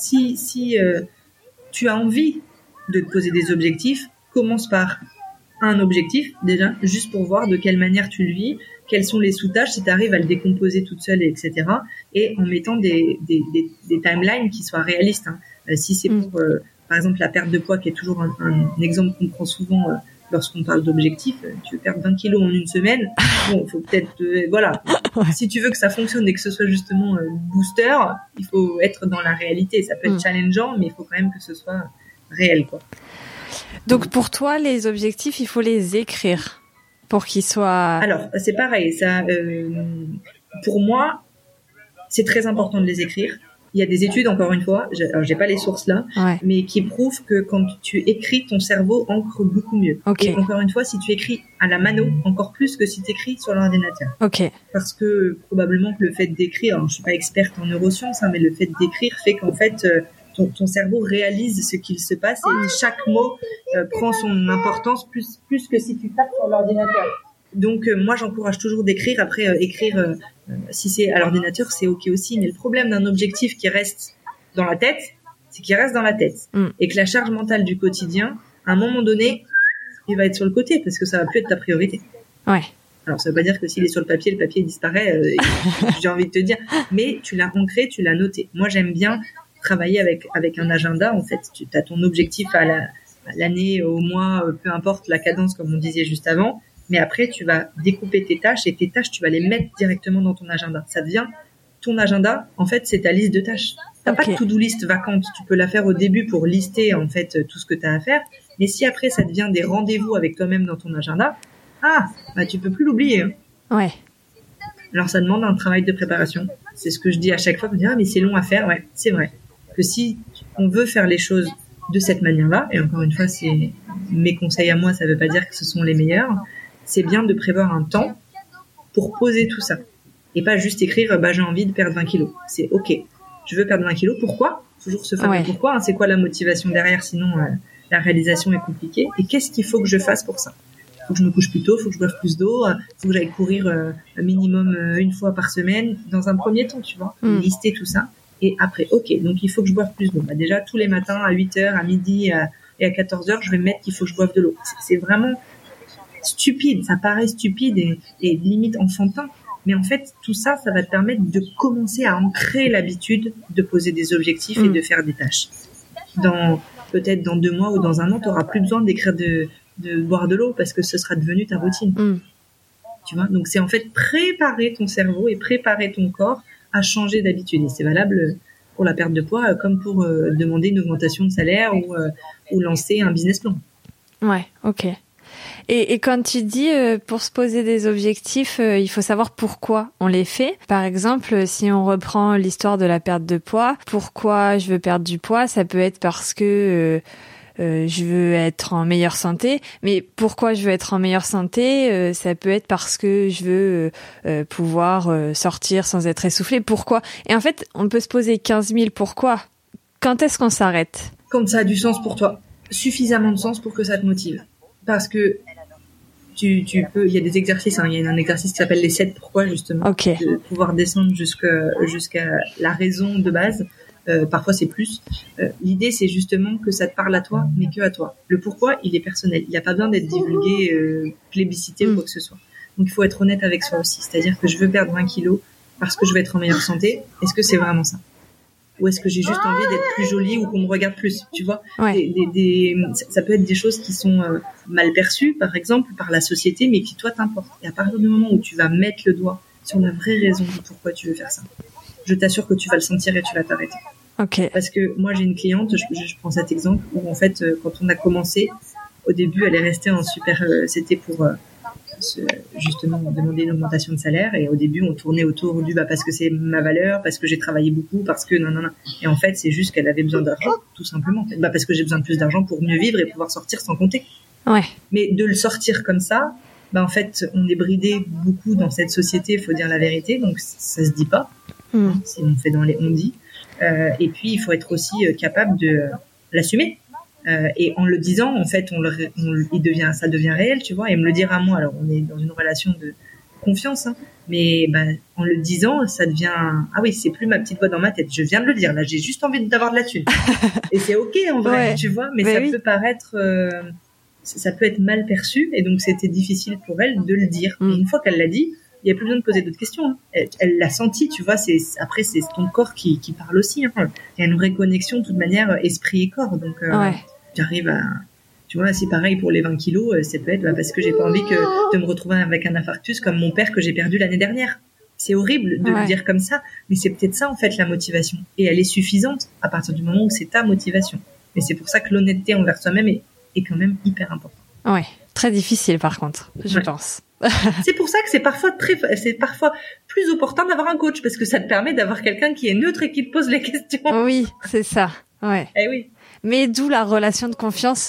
si tu as envie de te poser des objectifs, commence par un objectif déjà, juste pour voir de quelle manière tu le vis. quelles sont les sous-tâches, si tu arrives à le décomposer toute seule, etc. Et en mettant des timelines qui soient réalistes. Si c'est pour, par exemple, la perte de poids, qui est toujours un exemple qu'on prend souvent lorsqu'on parle d'objectifs, tu veux perdre 20 kilos en une semaine, bon, faut peut-être, voilà. Si tu veux que ça fonctionne et que ce soit justement booster, il faut être dans la réalité. Ça peut être challengeant, mais il faut quand même que ce soit réel, quoi. Donc pour toi, les objectifs, il faut les écrire pour qu'ils soient... Alors, c'est pareil. Ça, pour moi, c'est très important de les écrire. Il y a des études, encore une fois, alors j'ai pas les sources là, mais qui prouvent que quand tu écris, ton cerveau ancre beaucoup mieux. Okay. Et encore une fois, si tu écris à la mano, encore plus que si tu écris sur l'ordinateur. Okay. Parce que probablement que le fait d'écrire, alors je suis pas experte en neurosciences, mais le fait d'écrire fait qu'en fait ton cerveau réalise ce qu'il se passe et chaque mot prend son importance plus que si tu tapes sur l'ordinateur. Donc moi j'encourage toujours d'écrire. Après écrire si c'est à l'ordinateur c'est ok aussi, mais le problème d'un objectif qui reste dans la tête, c'est qu'il reste dans la tête et que la charge mentale du quotidien, à un moment donné, il va être sur le côté parce que ça va plus être ta priorité. Ouais. Alors ça veut pas dire que s'il est sur le papier disparaît. J'ai envie de te dire, mais tu l'as ancré, tu l'as noté. Moi j'aime bien travailler avec un agenda. En fait, tu as ton objectif à l'année, au mois, peu importe la cadence comme on disait juste avant. Mais après, tu vas découper tes tâches et tes tâches, tu vas les mettre directement dans ton agenda. Ça devient ton agenda. En fait, c'est ta liste de tâches. T'as pas de to-do list vacante. Tu peux la faire au début pour lister, en fait, tout ce que t'as à faire. Mais si après, ça devient des rendez-vous avec toi-même dans ton agenda, tu peux plus l'oublier. Ouais. Alors, ça demande un travail de préparation. C'est ce que je dis à chaque fois. On me dit, mais c'est long à faire. Ouais, c'est vrai. Que si on veut faire les choses de cette manière-là, et encore une fois, c'est mes conseils à moi, ça veut pas dire que ce sont les meilleurs. C'est bien de prévoir un temps pour poser tout ça. Et pas juste écrire, j'ai envie de perdre 20 kilos. C'est ok. Je veux perdre 20 kilos. Pourquoi? Toujours se faire pourquoi, c'est quoi la motivation derrière? Sinon, la réalisation est compliquée. Et qu'est-ce qu'il faut que je fasse pour ça? Faut que je me couche plus tôt, faut que je boive plus d'eau, faut que j'aille courir un minimum une fois par semaine. Dans un premier temps, tu vois. Lister tout ça. Et après, ok. Donc, il faut que je boive plus d'eau. Déjà, tous les matins, à 8h, à midi et à 14h, je vais mettre qu'il faut que je boive de l'eau. C'est vraiment stupide, ça paraît stupide et limite enfantin, mais en fait tout ça va te permettre de commencer à ancrer l'habitude de poser des objectifs et de faire des tâches. Peut-être dans 2 mois ou dans 1 an, tu n'auras plus besoin d'écrire de boire de l'eau parce que ce sera devenu ta routine. Tu vois, donc c'est en fait préparer ton cerveau et préparer ton corps à changer d'habitude. Et c'est valable pour la perte de poids comme pour demander une augmentation de salaire ou lancer un business plan. Ouais, ok. Et quand tu dis pour se poser des objectifs, il faut savoir pourquoi on les fait. Par exemple, si on reprend l'histoire de la perte de poids, pourquoi je veux perdre du poids? Ça peut être parce que je veux être en meilleure santé. Mais pourquoi je veux être en meilleure santé? Ça peut être parce que je veux pouvoir sortir sans être essoufflé. Pourquoi? Et en fait, on peut se poser 15 000 pourquoi. Quand est-ce qu'on s'arrête? Quand ça a du sens pour toi. Suffisamment de sens pour que ça te motive. Parce que tu peux, il y a des exercices, il y a un exercice qui s'appelle les 7 pourquoi, justement. Okay. De pouvoir descendre jusqu'à la raison de base. Parfois c'est plus. L'idée c'est justement que ça te parle à toi, mais que à toi. Le pourquoi, il est personnel. Il n'y a pas besoin d'être divulgué, plébiscité ou quoi que ce soit. Donc il faut être honnête avec soi aussi. C'est-à-dire que je veux perdre 20 kilos parce que je veux être en meilleure santé. Est-ce que c'est vraiment ça? Ou est-ce que j'ai juste envie d'être plus jolie ou qu'on me regarde plus, tu vois? Ça peut être des choses qui sont mal perçues, par exemple, par la société, mais qui, toi, t'importent. Et à partir du moment où tu vas mettre le doigt sur la vraie raison de pourquoi tu veux faire ça, je t'assure que tu vas le sentir et tu vas t'arrêter. Okay. Parce que moi, j'ai une cliente, je prends cet exemple, où en fait, quand on a commencé, au début, elle est restée en super... c'était pour... justement demander une augmentation de salaire et au début on tournait autour du parce que c'est ma valeur, parce que j'ai travaillé beaucoup, parce que non et en fait c'est juste qu'elle avait besoin d'argent tout simplement parce que j'ai besoin de plus d'argent pour mieux vivre et pouvoir sortir sans compter. Mais de le sortir comme ça, en fait on est bridé beaucoup dans cette société, faut dire la vérité, donc ça se dit pas. Si on fait dans les on dit et puis il faut être aussi capable de l'assumer. Et en le disant, en fait, ça devient réel, tu vois, et me le dire à moi. Alors, on est dans une relation de confiance, mais en le disant, ça devient c'est plus ma petite voix dans ma tête. Je viens de le dire, là, j'ai juste envie d'avoir de la thune. Et c'est ok en vrai, tu vois, mais ça peut paraître, ça peut être mal perçu, et donc c'était difficile pour elle de le dire. Et une fois qu'elle l'a dit, Il y a plus besoin de poser d'autres questions. Hein. Elle l'a senti, tu vois. Après c'est ton corps qui parle aussi. Hein. Il y a une vraie connexion de toute manière esprit et corps. Donc j'arrive à, tu vois, c'est pareil pour les 20 kilos. Ça peut être parce que j'ai pas envie de me retrouver avec un infarctus comme mon père que j'ai perdu l'année dernière. C'est horrible de le dire comme ça, mais c'est peut-être ça en fait la motivation. Et elle est suffisante à partir du moment où c'est ta motivation. Et c'est pour ça que l'honnêteté envers soi-même est quand même hyper importante. Ouais, très difficile par contre, je pense. C'est pour ça que c'est parfois plus opportun d'avoir un coach parce que ça te permet d'avoir quelqu'un qui est neutre et qui te pose les questions. Oui, c'est ça. Ouais. Eh oui. Mais d'où la relation de confiance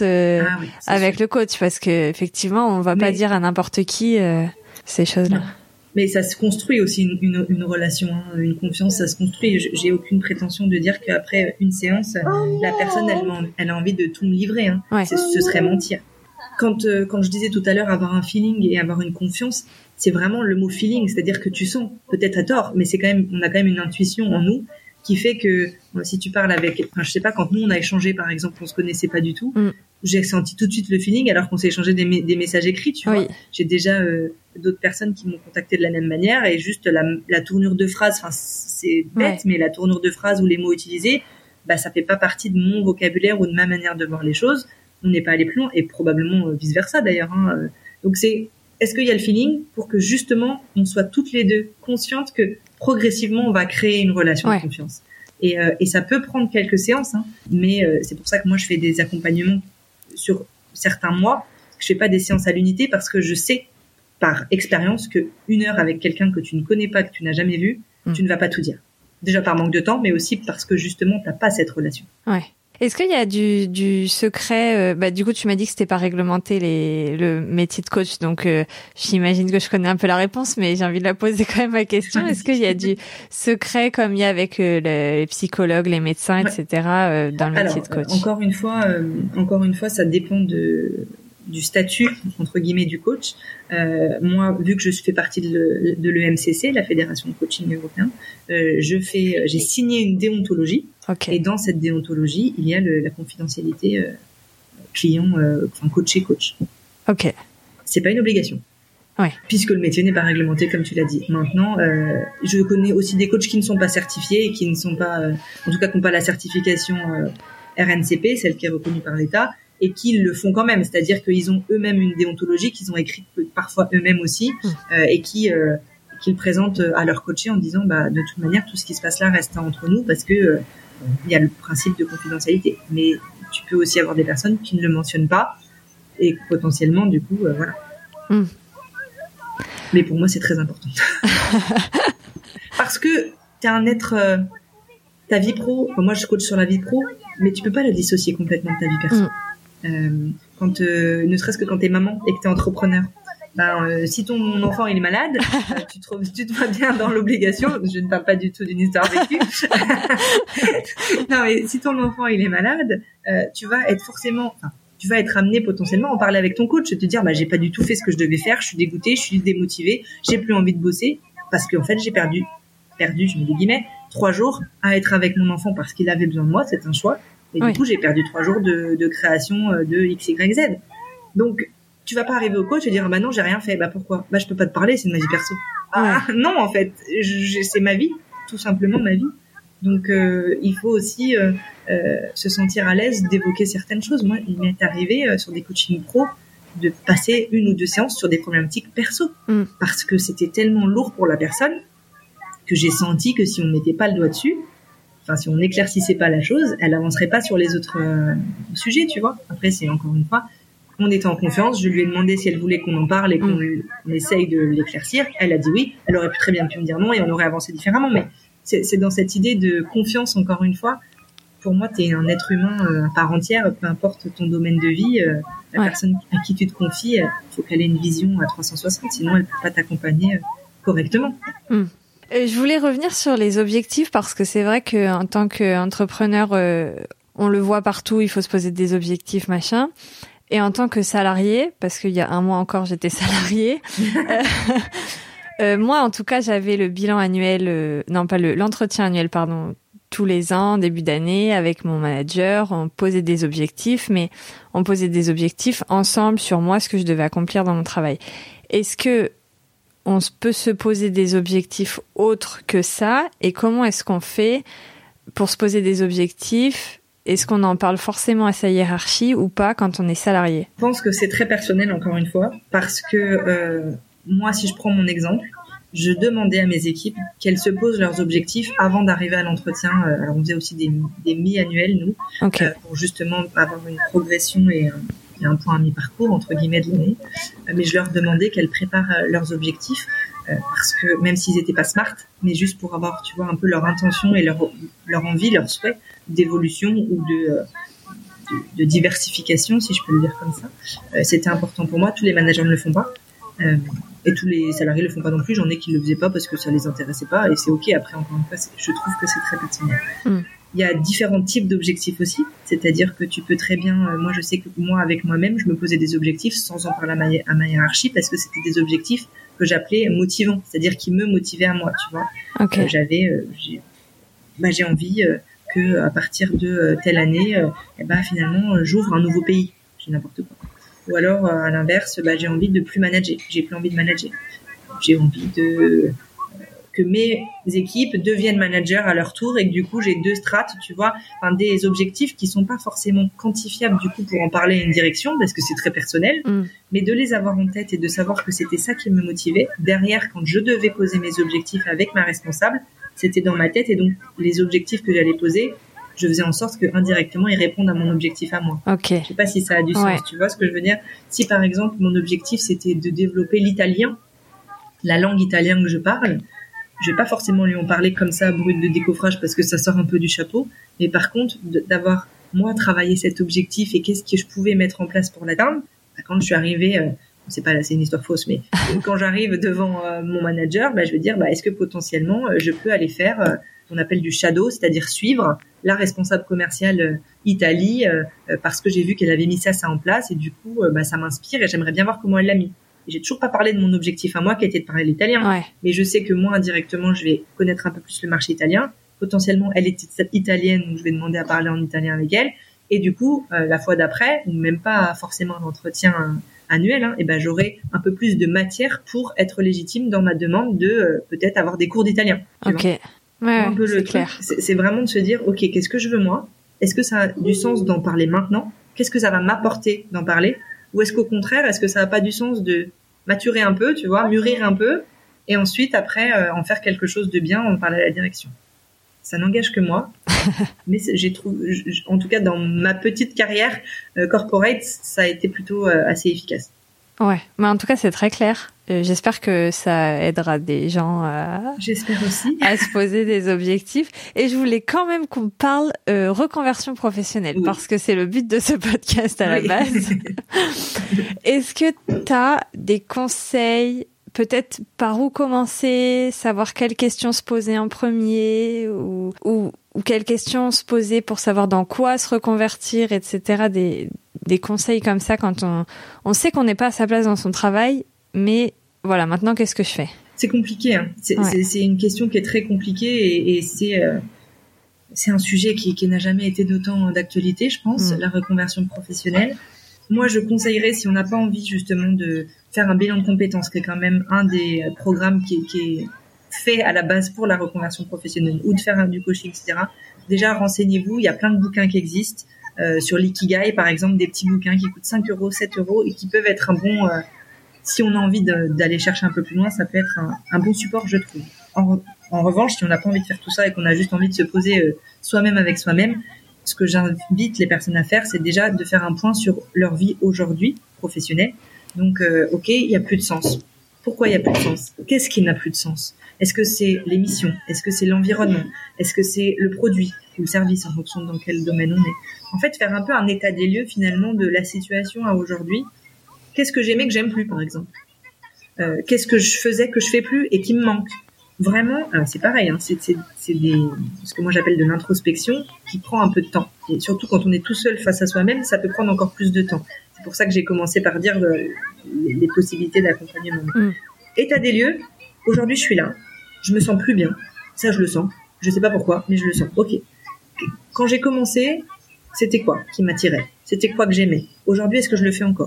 avec le coach, parce que effectivement, on va pas dire à n'importe qui ces choses-là. Non. Mais ça se construit aussi une relation, hein, une confiance, ça se construit. J'ai aucune prétention de dire qu'après une séance, la personne elle a envie de tout me livrer. Hein. Ouais. Ce serait mentir. Quand je disais tout à l'heure avoir un feeling et avoir une confiance, c'est vraiment le mot feeling, c'est-à-dire que tu sens, peut-être à tort, mais on a quand même une intuition en nous qui fait que si tu parles je sais pas, quand nous on a échangé par exemple, on se connaissait pas du tout, j'ai senti tout de suite le feeling alors qu'on s'est échangé des messages écrits, tu vois. J'ai déjà d'autres personnes qui m'ont contacté de la même manière et juste la tournure de phrase, enfin c'est bête, mais la tournure de phrase ou les mots utilisés, ça fait pas partie de mon vocabulaire ou de ma manière de voir les choses. On n'est pas allé plus loin et probablement vice versa d'ailleurs. Hein. Donc est-ce qu'il y a le feeling pour que justement on soit toutes les deux conscientes que progressivement on va créer une relation de confiance. Et ça peut prendre quelques séances, hein, mais c'est pour ça que moi je fais des accompagnements sur certains mois. Je fais pas des séances à l'unité parce que je sais par expérience que 1 heure avec quelqu'un que tu ne connais pas, que tu n'as jamais vu, tu ne vas pas tout dire. Déjà par manque de temps, mais aussi parce que justement t'as pas cette relation. Ouais. Est-ce qu'il y a du secret du coup, tu m'as dit que c'était pas réglementé le métier de coach, donc j'imagine que je connais un peu la réponse, mais j'ai envie de la poser quand même ma question. Est-ce qu'il y a du secret comme il y a avec les psychologues, les médecins, etc. Dans le métier de coach? Encore une fois, ça dépend du statut entre guillemets du coach. Moi, vu que je fais partie de l'EMCC, la Fédération de coaching européen, j'ai signé une déontologie. Okay. Et dans cette déontologie, il y a la confidentialité client, coach. Ok. C'est pas une obligation. Ouais. Puisque le métier n'est pas réglementé, comme tu l'as dit. Maintenant, je connais aussi des coachs qui ne sont pas certifiés et qui ne sont pas, en tout cas, qui n'ont pas la certification RNCP, celle qui est reconnue par l'État, et qui le font quand même. C'est-à-dire qu'ils ont eux-mêmes une déontologie qu'ils ont écrite parfois eux-mêmes aussi, et qu'ils présentent à leur coaché en disant, de toute manière, tout ce qui se passe là reste entre nous parce que il y a le principe de confidentialité. Mais tu peux aussi avoir des personnes qui ne le mentionnent pas et potentiellement, du coup, voilà. Mais pour moi, c'est très important. Parce que t'es un être... ta vie pro... moi, je coach sur la vie pro, mais tu peux pas la dissocier complètement de ta vie perso. Ne serait-ce que quand t'es maman et que t'es entrepreneur. Si ton enfant il est malade, tu te vois bien dans l'obligation. Je ne parle pas du tout d'une histoire vécue. Non, mais si ton enfant il est malade, tu vas être amené potentiellement à en parler avec ton coach, te dire j'ai pas du tout fait ce que je devais faire, je suis dégoûtée, je suis démotivée, j'ai plus envie de bosser parce qu'en fait j'ai perdu, je mets des guillemets, 3 jours à être avec mon enfant parce qu'il avait besoin de moi, c'est un choix. Et du coup j'ai perdu 3 jours de création de X, Y, Z. Donc tu vas pas arriver au coach et dire non j'ai rien fait. Pourquoi? Je peux pas te parler, c'est de ma vie perso. Non en fait, c'est ma vie, tout simplement ma vie. Donc il faut aussi se sentir à l'aise d'évoquer certaines choses. Moi il m'est arrivé sur des coachings pro de passer 1 ou 2 séances sur des problématiques perso parce que c'était tellement lourd pour la personne que j'ai senti que si on mettait pas le doigt dessus, si on n'éclaircissait pas la chose, elle avancerait pas sur les autres sujets, tu vois. Après c'est encore une fois, on était en confiance, je lui ai demandé si elle voulait qu'on en parle et qu'on essaye de l'éclaircir. Elle a dit oui, elle aurait très bien pu me dire non et on aurait avancé différemment. Mais c'est dans cette idée de confiance, encore une fois. Pour moi, t'es un être humain à part entière, peu importe ton domaine de vie. La personne à qui tu te confies, il faut qu'elle ait une vision à 360, sinon elle peut pas t'accompagner correctement. Je voulais revenir sur les objectifs parce que c'est vrai qu'en tant qu'entrepreneur, on le voit partout, il faut se poser des objectifs, machin. Et en tant que salarié, parce qu'il y a 1 mois encore, j'étais salariée. Moi, en tout cas, j'avais le bilan annuel, l'entretien annuel, tous les ans, début d'année, avec mon manager. On posait des objectifs, mais on posait des objectifs ensemble sur moi, ce que je devais accomplir dans mon travail. Est-ce que peut se poser des objectifs autres que ça, et comment est-ce qu'on fait pour se poser des objectifs? Est-ce qu'on en parle forcément à sa hiérarchie ou pas quand on est salarié? Je pense que c'est très personnel, encore une fois, parce que moi, si je prends mon exemple, je demandais à mes équipes qu'elles se posent leurs objectifs avant d'arriver à l'entretien. Alors, on faisait aussi des mi-annuels, nous, pour justement avoir une progression et un point à mi-parcours, entre guillemets, de l'année. Mais je leur demandais qu'elles préparent leurs objectifs, parce que même s'ils n'étaient pas smart, mais juste pour avoir, tu vois, un peu leur intention et leur envie, leur souhait d'évolution ou de diversification, si je peux le dire comme ça. C'était important pour moi. Tous les managers ne le font pas. Et tous les salariés le font pas non plus. J'en ai qui le faisaient pas parce que ça les intéressait pas, et c'est ok. Après, encore une fois, je trouve que c'est très personnel. Il y a différents types d'objectifs aussi, c'est-à-dire que tu peux très bien, moi je sais que moi avec moi-même, je me posais des objectifs sans en parler à ma hiérarchie, parce que c'était des objectifs que j'appelais motivants, c'est-à-dire qui me motivaient à moi, tu vois. J'ai envie que à partir de telle année, finalement j'ouvre un nouveau pays, j'ai n'importe quoi. Ou alors à l'inverse, j'ai envie de plus manager, j'ai plus envie de manager, j'ai envie que mes équipes deviennent managers à leur tour, et que du coup j'ai 2 strates, tu vois, des objectifs qui sont pas forcément quantifiables du coup pour en parler à une direction, parce que c'est très personnel, mais de les avoir en tête et de savoir que c'était ça qui me motivait. Derrière, quand je devais poser mes objectifs avec ma responsable, c'était dans ma tête, et donc les objectifs que j'allais poser, je faisais en sorte que indirectement ils répondent à mon objectif à moi. Okay. Je sais pas si ça a du sens, tu vois ce que je veux dire. Si par exemple mon objectif c'était de développer l'italien, la langue italienne que je parle, je vais pas forcément lui en parler comme ça brut de décoffrage, parce que ça sort un peu du chapeau, mais par contre d'avoir moi travaillé cet objectif et qu'est-ce que je pouvais mettre en place pour l'atteindre. Quand je suis arrivée, c'est une histoire fausse, mais quand j'arrive devant mon manager, je vais dire est-ce que potentiellement je peux aller faire on appelle du shadow, c'est-à-dire suivre la responsable commerciale Italie, parce que j'ai vu qu'elle avait mis ça en place, et du coup ça m'inspire et j'aimerais bien voir comment elle l'a mis. Et j'ai toujours pas parlé de mon objectif à moi qui était de parler l'italien, mais je sais que moi indirectement je vais connaître un peu plus le marché italien. Potentiellement elle était italienne, donc je vais demander à parler en italien avec elle, et du coup la fois d'après, ou même pas forcément l'entretien annuel, j'aurai un peu plus de matière pour être légitime dans ma demande de peut-être avoir des cours d'italien. Ok. Un peu le truc, c'est vraiment de se dire ok, qu'est-ce que je veux moi, est-ce que ça a du sens d'en parler maintenant, qu'est-ce que ça va m'apporter d'en parler, ou est-ce qu'au contraire, est-ce que ça n'a pas du sens de maturer un peu, tu vois, mûrir un peu, et ensuite après en faire quelque chose de bien, en parler à la direction. Ça n'engage que moi, mais en tout cas dans ma petite carrière corporate, ça a été plutôt assez efficace. Ouais, mais en tout cas c'est très clair. J'espère que ça aidera des gens J'espère aussi. à se poser des objectifs. Et je voulais quand même qu'on parle reconversion professionnelle, parce que c'est le but de ce podcast à la base. Est-ce que tu as des conseils, peut-être par où commencer, savoir quelles questions se poser en premier, ou quelles questions se poser pour savoir dans quoi se reconvertir, etc. Des conseils comme ça quand on sait qu'on n'est pas à sa place dans son travail, mais voilà, maintenant qu'est-ce que je fais? C'est compliqué, hein. C'est une question qui est très compliquée, et c'est un sujet qui n'a jamais été d'autant d'actualité, je pense, la reconversion professionnelle. Moi, je conseillerais, si on n'a pas envie justement de faire un bilan de compétences, qui est quand même un des programmes qui est fait à la base pour la reconversion professionnelle, ou de faire du coaching, etc. Déjà, renseignez-vous, il y a plein de bouquins qui existent. Sur l'Ikigai, par exemple, des petits bouquins qui coûtent 5 €, 7 € et qui peuvent être un bon... si on a envie d'aller chercher un peu plus loin, ça peut être un bon support, je trouve. En revanche, si on n'a pas envie de faire tout ça et qu'on a juste envie de se poser soi-même avec soi-même, ce que j'invite les personnes à faire, c'est déjà de faire un point sur leur vie aujourd'hui, professionnelle. Donc, ok, il n'y a plus de sens. Pourquoi il n'y a plus de sens? Qu'est-ce qui n'a plus de sens? Est-ce que c'est les missions? Est-ce que c'est l'environnement? Est-ce que c'est le produit ou le service, en fonction de dans quel domaine on est? En fait, faire un peu un état des lieux, finalement, de la situation à aujourd'hui. Qu'est-ce que j'aimais que j'aime plus, par exemple? Qu'est-ce que je faisais que je fais plus et qui me manque? Vraiment, c'est pareil, hein, c'est ce que moi j'appelle de l'introspection, qui prend un peu de temps. Et surtout quand on est tout seul face à soi-même, ça peut prendre encore plus de temps. C'est pour ça que j'ai commencé par dire les possibilités d'accompagnement. État des lieux, aujourd'hui je suis là, je me sens plus bien, ça je le sens, je sais pas pourquoi, mais je le sens. Ok. Quand j'ai commencé, c'était quoi qui m'attirait? C'était quoi que j'aimais? Aujourd'hui, est-ce que je le fais encore?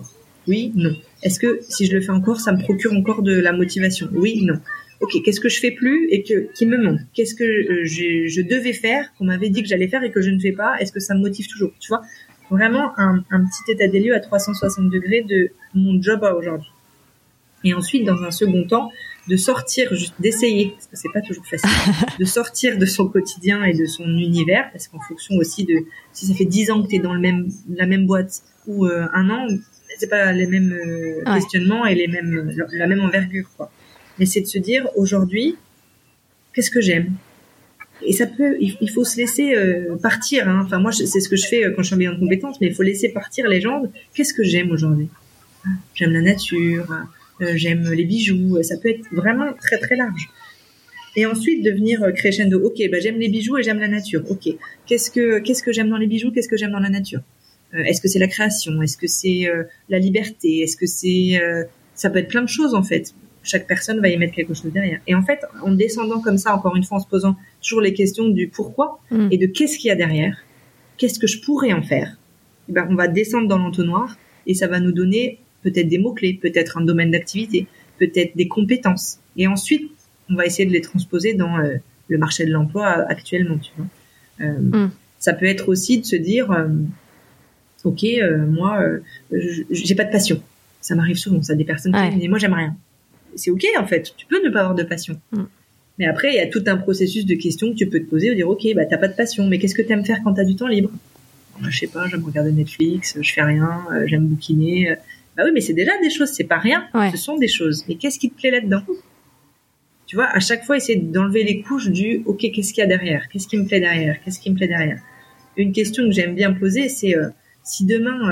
Oui, non. Est-ce que si je le fais encore, ça me procure encore de la motivation? Oui, non. Ok, qu'est-ce que je fais plus et qui me manque? Qu'est-ce que je devais faire, qu'on m'avait dit que j'allais faire et que je ne fais pas? Est-ce que ça me motive toujours? Tu vois, vraiment un petit état des lieux à 360 degrés de mon job à aujourd'hui. Et ensuite, dans un second temps, de sortir, juste d'essayer, parce que c'est pas toujours facile, de sortir de son quotidien et de son univers, parce qu'en fonction aussi de si ça fait 10 ans que t'es dans la même boîte ou un an, c'est pas les mêmes questionnements et la même envergure, quoi. Mais c'est de se dire aujourd'hui, qu'est-ce que j'aime? Et ça peut, il faut se laisser partir. Hein. Enfin moi, c'est ce que je fais quand je suis en bilan de compétences, mais il faut laisser partir les gens. Qu'est-ce que j'aime aujourd'hui? J'aime la nature, j'aime les bijoux. Ça peut être vraiment très très large. Et ensuite de venir crescendo. Ok, j'aime les bijoux et j'aime la nature. Ok, qu'est-ce que j'aime dans les bijoux? Qu'est-ce que j'aime dans la nature? Est-ce que c'est la création? Est-ce que c'est la liberté? Est-ce que c'est ça peut être plein de choses en fait. Chaque personne va y mettre quelque chose derrière. Et en fait, en descendant comme ça, encore une fois, en se posant toujours les questions du pourquoi et de qu'est-ce qu'il y a derrière, qu'est-ce que je pourrais en faire, on va descendre dans l'entonnoir et ça va nous donner peut-être des mots-clés, peut-être un domaine d'activité, peut-être des compétences. Et ensuite, on va essayer de les transposer dans le marché de l'emploi actuellement, tu vois. Ça peut être aussi de se dire, ok, moi, j'ai pas de passion. Ça m'arrive souvent, ça, des personnes qui disent, mais moi, j'aime rien. C'est ok en fait, tu peux ne pas avoir de passion. Mais après, il y a tout un processus de questions que tu peux te poser, ou dire ok, t'as pas de passion, mais qu'est-ce que t'aimes faire quand t'as du temps libre? Je sais pas, j'aime regarder Netflix, je fais rien, j'aime bouquiner. Bah oui, mais c'est déjà des choses, c'est pas rien, ce sont des choses. Mais qu'est-ce qui te plaît là-dedans? Tu vois, à chaque fois, essayer d'enlever les couches du ok, qu'est-ce qu'il y a derrière? Qu'est-ce qui me plaît derrière? Qu'est-ce qui me plaît derrière? Une question que j'aime bien poser, c'est si demain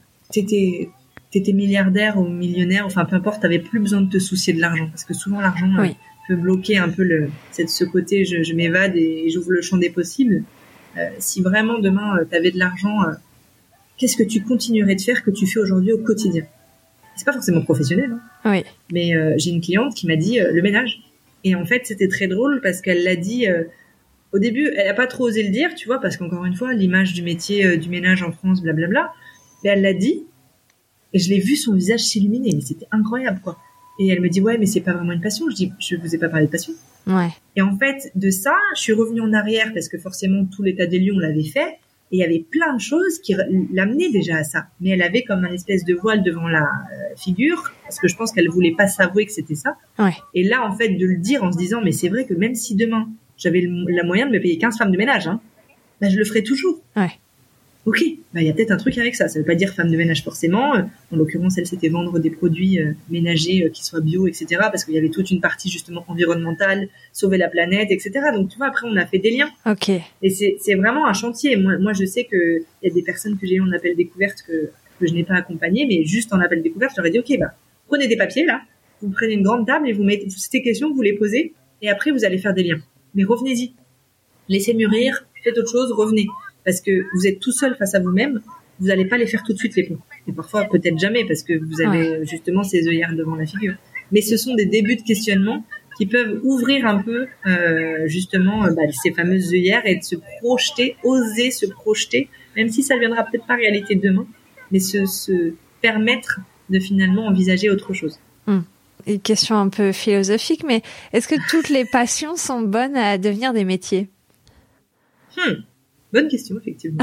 t'étais milliardaire ou millionnaire, enfin peu importe, t'avais plus besoin de te soucier de l'argent, parce que souvent l'argent peut bloquer un peu ce côté je m'évade et j'ouvre le champ des possibles. Si vraiment demain t'avais de l'argent, qu'est-ce que tu continuerais de faire que tu fais aujourd'hui au quotidien? C'est pas forcément professionnel, hein, mais j'ai une cliente qui m'a dit le ménage. Et en fait c'était très drôle parce qu'elle l'a dit au début, elle a pas trop osé le dire, tu vois, parce qu'encore une fois l'image du métier du ménage en France, blablabla, mais elle l'a dit. Et je l'ai vu son visage s'illuminer, mais c'était incroyable, quoi. Et elle me dit, ouais, mais c'est pas vraiment une passion. Je dis, je vous ai pas parlé de passion. Et en fait, de ça, je suis revenue en arrière parce que forcément, tout l'état des lieux, on l'avait fait. Et il y avait plein de choses qui l'amenaient déjà à ça. Mais elle avait comme un espèce de voile devant la figure, parce que je pense qu'elle voulait pas s'avouer que c'était ça. Et là, en fait, de le dire en se disant, mais c'est vrai que même si demain, j'avais la moyen de me payer 15 femmes de ménage, hein, je le ferais toujours. Ok, il y a peut-être un truc avec ça. Ça veut pas dire femme de ménage forcément. En l'occurrence, elle, c'était vendre des produits ménagers qui soient bio, etc. Parce qu'il y avait toute une partie justement environnementale, sauver la planète, etc. Donc tu vois, après on a fait des liens. Et c'est vraiment un chantier. Moi, je sais que il y a des personnes que j'ai eu en appel découverte que je n'ai pas accompagnées, mais juste en appel découverte, je leur ai dit ok, prenez des papiers là, vous prenez une grande table et vous mettez ces questions, vous les posez, et après vous allez faire des liens. Mais revenez-y, laissez mûrir, faites autre chose, revenez. Parce que vous êtes tout seul face à vous-même, vous n'allez pas les faire tout de suite les ponts. Et parfois, peut-être jamais, parce que vous avez justement ces œillères devant la figure. Mais ce sont des débuts de questionnement qui peuvent ouvrir un peu justement ces fameuses œillères et de se projeter, oser se projeter, même si ça ne viendra peut-être pas réalité demain, mais se permettre de finalement envisager autre chose. Une question un peu philosophique, mais est-ce que toutes les passions sont bonnes à devenir des métiers? Bonne question, effectivement.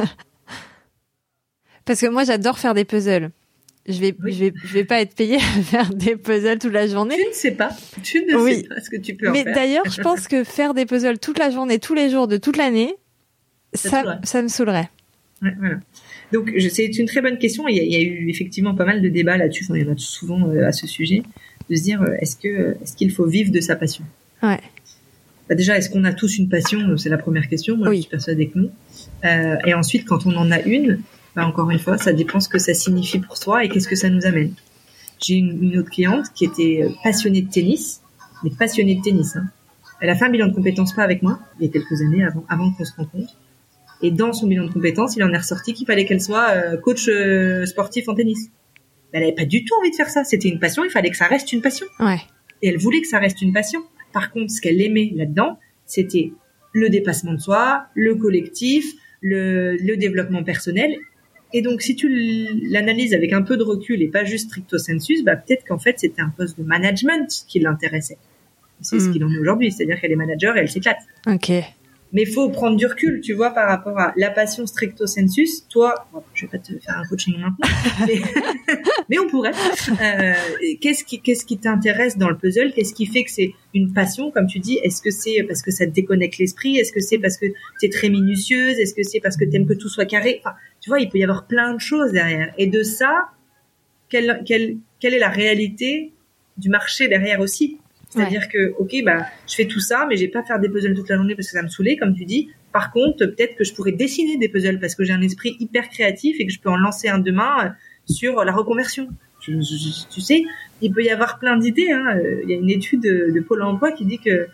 Parce que moi, j'adore faire des puzzles. Je vais pas être payée à faire des puzzles toute la journée. Tu ne sais pas ce que tu peux en faire. Mais d'ailleurs, je pense que faire des puzzles toute la journée, tous les jours de toute l'année, ça me saoulerait. Voilà. Donc, c'est une très bonne question. Il y a eu effectivement pas mal de débats là-dessus. Enfin, il y en a souvent à ce sujet, de se dire est-ce qu'il faut vivre de sa passion? Déjà, est-ce qu'on a tous une passion? C'est la première question. Moi, je suis persuadée que non. Et ensuite, quand on en a une, encore une fois, ça dépend ce que ça signifie pour soi et qu'est-ce que ça nous amène. J'ai une autre cliente qui était passionnée de tennis, mais passionnée de tennis. Hein. Elle a fait un bilan de compétences pas avec moi, il y a quelques années, avant qu'on se rencontre. Et dans son bilan de compétences, il en est ressorti qu'il fallait qu'elle soit coach sportif en tennis. Elle n'avait pas du tout envie de faire ça. C'était une passion, il fallait que ça reste une passion. Et elle voulait que ça reste une passion. Par contre, ce qu'elle aimait là-dedans, c'était le dépassement de soi, le collectif, le développement personnel. Et donc, si tu l'analyses avec un peu de recul et pas juste stricto sensus, peut-être qu'en fait, c'était un poste de management qui l'intéressait. C'est ce qu'il en est aujourd'hui, c'est-à-dire qu'elle est manager et elle s'éclate. Ok. Mais faut prendre du recul, tu vois, par rapport à la passion stricto sensus. Toi, je vais pas te faire un coaching maintenant, mais on pourrait. Qu'est-ce qui t'intéresse dans le puzzle? Qu'est-ce qui fait que c'est une passion, comme tu dis? Est-ce que c'est parce que ça te déconnecte l'esprit? Est-ce que c'est parce que t'es très minutieuse? Est-ce que c'est parce que t'aimes que tout soit carré? Enfin, tu vois, il peut y avoir plein de choses derrière. Et de ça, quelle est la réalité du marché derrière aussi? C'est-à-dire que, ok, je fais tout ça, mais j'ai pas à faire des puzzles toute la journée parce que ça me saoulait, comme tu dis. Par contre, peut-être que je pourrais dessiner des puzzles parce que j'ai un esprit hyper créatif et que je peux en lancer un demain sur la reconversion. Tu sais, il peut y avoir plein d'idées, hein. Il y a une étude de Pôle emploi qui dit que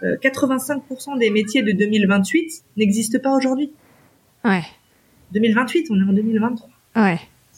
85% des métiers de 2028 n'existent pas aujourd'hui. Ouais. 2028, on est en 2023. Ouais.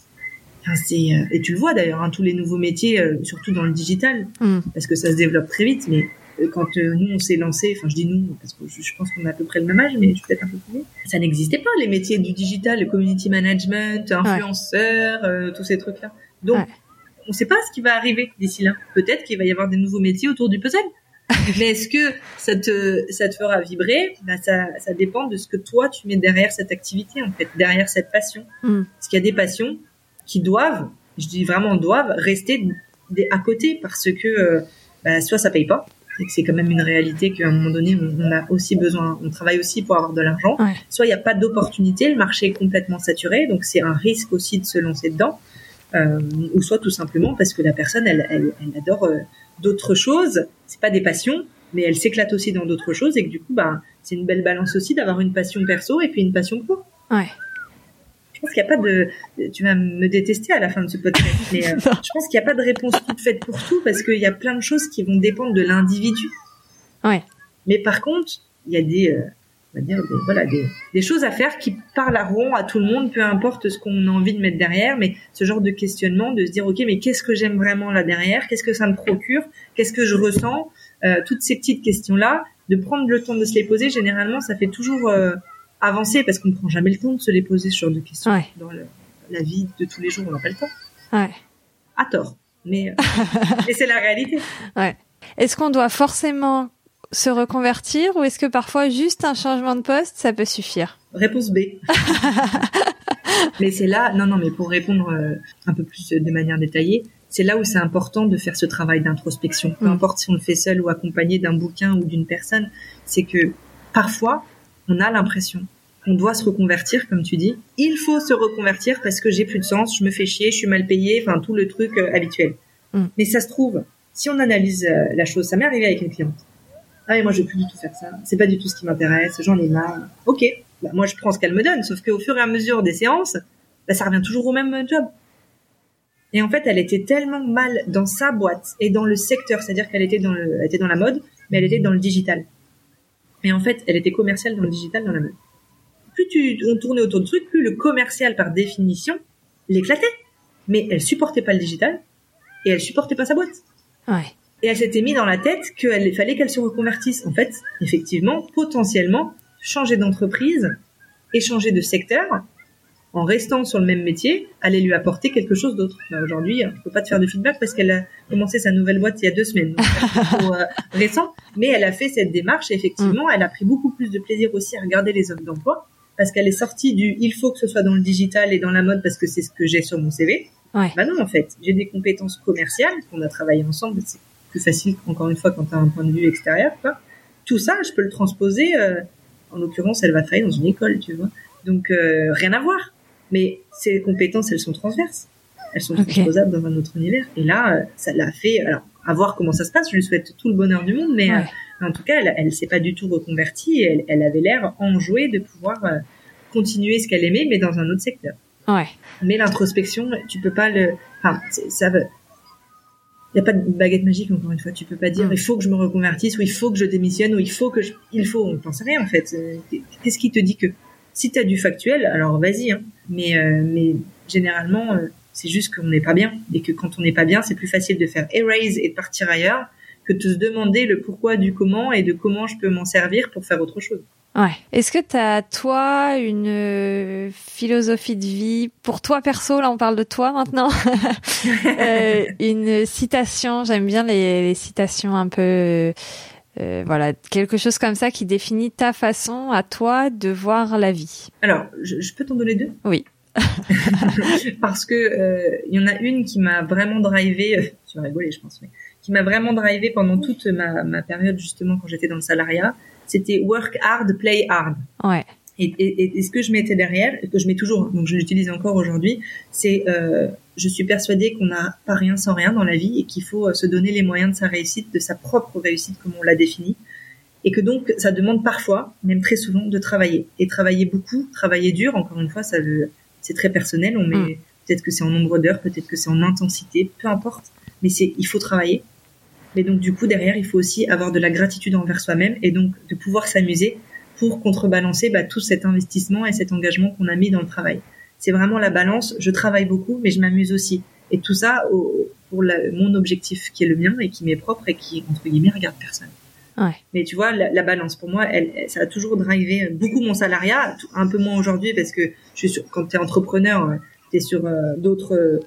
Et tu le vois d'ailleurs, hein, tous les nouveaux métiers, surtout dans le digital, parce que ça se développe très vite. Mais quand nous on s'est lancé, enfin je dis nous parce que je pense qu'on a à peu près le même âge, mais je suis peut-être un peu plus vieille. Ça n'existait pas les métiers du digital, le community management, influenceur, tous ces trucs-là. Donc on ne sait pas ce qui va arriver d'ici là. Peut-être qu'il va y avoir des nouveaux métiers autour du puzzle. Mais est-ce que ça te fera vibrer? Ça dépend de ce que toi tu mets derrière cette activité en fait, derrière cette passion. Parce qu'il y a des passions qui doivent, je dis vraiment doivent, rester à côté parce que soit ça paye pas, et que c'est quand même une réalité qu'à un moment donné on a aussi besoin, on travaille aussi pour avoir de l'argent, soit il n'y a pas d'opportunité, le marché est complètement saturé, donc c'est un risque aussi de se lancer dedans, ou soit tout simplement parce que la personne elle adore d'autres choses, c'est pas des passions, mais elle s'éclate aussi dans d'autres choses et que du coup c'est une belle balance aussi d'avoir une passion perso et puis une passion pro. Ouais. Je pense qu'il n'y a pas de... Tu vas me détester à la fin de ce podcast, mais je pense qu'il n'y a pas de réponse toute faite pour tout parce qu'il y a plein de choses qui vont dépendre de l'individu. Ouais. Mais par contre, il y a des choses à faire qui parleront à tout le monde, peu importe ce qu'on a envie de mettre derrière, mais ce genre de questionnement, de se dire, ok, mais qu'est-ce que j'aime vraiment là derrière? Qu'est-ce que ça me procure? Qu'est-ce que je ressens? Toutes ces petites questions-là, de prendre le temps de se les poser, généralement, ça fait toujours... avancer parce qu'on ne prend jamais le temps de se les poser ce genre de questions. Dans la vie de tous les jours, on n'a pas le temps. À tort. Mais c'est la réalité. Est-ce qu'on doit forcément se reconvertir ou est-ce que parfois juste un changement de poste, ça peut suffire? Réponse B. Mais c'est là, mais pour répondre un peu plus de manière détaillée, c'est là où c'est important de faire ce travail d'introspection. Peu importe si on le fait seul ou accompagné d'un bouquin ou d'une personne, c'est que parfois, on a l'impression qu'on doit se reconvertir, comme tu dis. Il faut se reconvertir parce que j'ai plus de sens, je me fais chier, je suis mal payée, enfin tout le truc habituel. Mais ça se trouve, si on analyse la chose, ça m'est arrivé avec une cliente. Ah mais moi je veux plus du tout faire ça, c'est pas du tout ce qui m'intéresse, j'en ai marre. Ok, moi je prends ce qu'elle me donne, sauf qu'au fur et à mesure des séances, ça revient toujours au même job. Et en fait, elle était tellement mal dans sa boîte et dans le secteur, c'est-à-dire qu'elle était elle était dans la mode, mais elle était dans le digital. Et en fait, elle était commerciale dans le digital, dans la mode. Plus on tournait autour du truc, plus le commercial, par définition, l'éclatait. Mais elle supportait pas le digital et elle supportait pas sa boîte. Et elle s'était mis dans la tête qu'il fallait qu'elle se reconvertisse. En fait, effectivement, potentiellement, changer d'entreprise et changer de secteur en restant sur le même métier allait lui apporter quelque chose d'autre. Aujourd'hui, je peux pas te faire de feedback parce qu'elle a commencé sa nouvelle boîte il y a 2 semaines, donc c'est plutôt récent. Mais elle a fait cette démarche et effectivement, elle a pris beaucoup plus de plaisir aussi à regarder les offres d'emploi parce qu'elle est sortie du « il faut que ce soit dans le digital et dans la mode parce que c'est ce que j'ai sur mon CV ». Non, en fait, j'ai des compétences commerciales qu'on a travaillé ensemble. C'est plus facile, encore une fois, quand tu as un point de vue extérieur, quoi. Tout ça, je peux le transposer. En l'occurrence, elle va travailler dans une école, tu vois. Donc, rien à voir. Mais ces compétences, elles sont transverses. Elles sont transposables dans un autre univers. Et là, ça l'a fait... Alors, à voir comment ça se passe. Je lui souhaite tout le bonheur du monde. Mais en tout cas, elle s'est pas du tout reconvertie. Et elle avait l'air enjouée de pouvoir continuer ce qu'elle aimait, mais dans un autre secteur. Mais l'introspection, tu peux pas le... Enfin, ça veut... Il n'y a pas de baguette magique, encore une fois. Tu peux pas dire, il faut que je me reconvertisse, ou il faut que je démissionne, ou il faut, on ne pense rien, en fait. Qu'est-ce qui te dit que... Si t'as du factuel, alors vas-y, hein. Mais généralement, c'est juste qu'on n'est pas bien. Et que quand on n'est pas bien, c'est plus facile de faire erase et de partir ailleurs, que de se demander le pourquoi du comment et de comment je peux m'en servir pour faire autre chose. Ouais. Est-ce que t'as, toi, une philosophie de vie pour toi perso, là on parle de toi maintenant, une citation, j'aime bien les citations un peu, voilà, quelque chose comme ça qui définit ta façon à toi de voir la vie. Alors, je peux t'en donner 2 ? Oui. Parce que il y en a une qui m'a vraiment drivée, tu vas rigoler je pense, mais qui m'a vraiment drivée pendant toute ma période justement quand j'étais dans le salariat. C'était work hard, play hard. Ouais. Et ce que je mettais derrière, et que je mets toujours, donc je l'utilise encore aujourd'hui, c'est je suis persuadée qu'on n'a pas rien sans rien dans la vie et qu'il faut se donner les moyens de sa réussite, de sa propre réussite comme on l'a défini. Et que donc ça demande parfois, même très souvent, de travailler. Et travailler beaucoup, travailler dur, encore une fois, c'est très personnel, on met, peut-être que c'est en nombre d'heures, peut-être que c'est en intensité, peu importe, mais il faut travailler. Mais donc du coup derrière il faut aussi avoir de la gratitude envers soi-même et donc de pouvoir s'amuser pour contrebalancer tout cet investissement et cet engagement qu'on a mis dans le travail. C'est vraiment la balance, je travaille beaucoup mais je m'amuse aussi. Et tout ça pour mon objectif qui est le mien et qui m'est propre et qui entre guillemets regarde personne. Ouais. Mais tu vois la balance pour moi ça a toujours drivé beaucoup mon salariat, un peu moins aujourd'hui parce que quand t'es entrepreneur t'es sur d'autres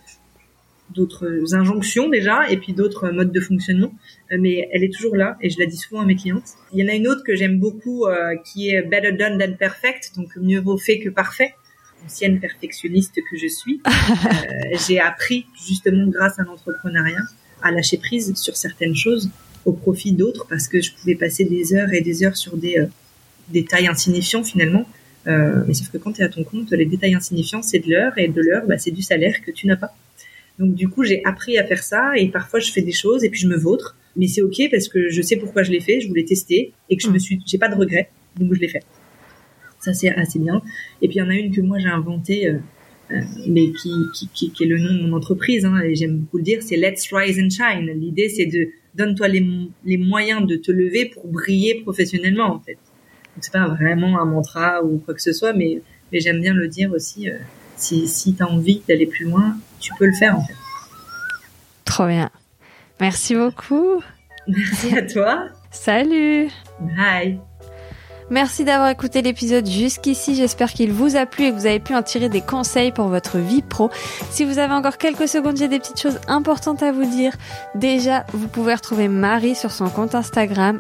injonctions déjà et puis d'autres modes de fonctionnement, mais elle est toujours là et je la dis souvent à mes clientes. Il y en a une autre que j'aime beaucoup qui est better done than perfect, donc mieux vaut fait que parfait. Ancienne perfectionniste que je suis, j'ai appris justement grâce à l'entrepreneuriat à lâcher prise sur certaines choses au profit d'autres parce que je pouvais passer des heures et des heures sur des détails insignifiants finalement. Mais sauf que quand tu es à ton compte, les détails insignifiants c'est de l'heure et de l'heure c'est du salaire que tu n'as pas. Donc du coup, j'ai appris à faire ça et parfois je fais des choses et puis je me vautre, mais c'est OK parce que je sais pourquoi je l'ai fait, je voulais tester et que j'ai pas de regrets, donc je l'ai fait. Ça c'est assez bien. Et puis il y en a une que moi j'ai inventée mais qui est le nom de mon entreprise et j'aime beaucoup le dire, c'est Let's Rise and Shine. L'idée c'est de donne-toi les moyens de te lever pour briller professionnellement en fait. Donc c'est pas vraiment un mantra ou quoi que ce soit, mais j'aime bien le dire aussi. Si t'as envie d'aller plus loin, tu peux le faire en fait. Trop bien. Merci beaucoup. Merci à toi. Salut. Bye. Merci d'avoir écouté l'épisode jusqu'ici. J'espère qu'il vous a plu et que vous avez pu en tirer des conseils pour votre vie pro. Si vous avez encore quelques secondes, j'ai des petites choses importantes à vous dire. Déjà, vous pouvez retrouver Marie sur son compte Instagram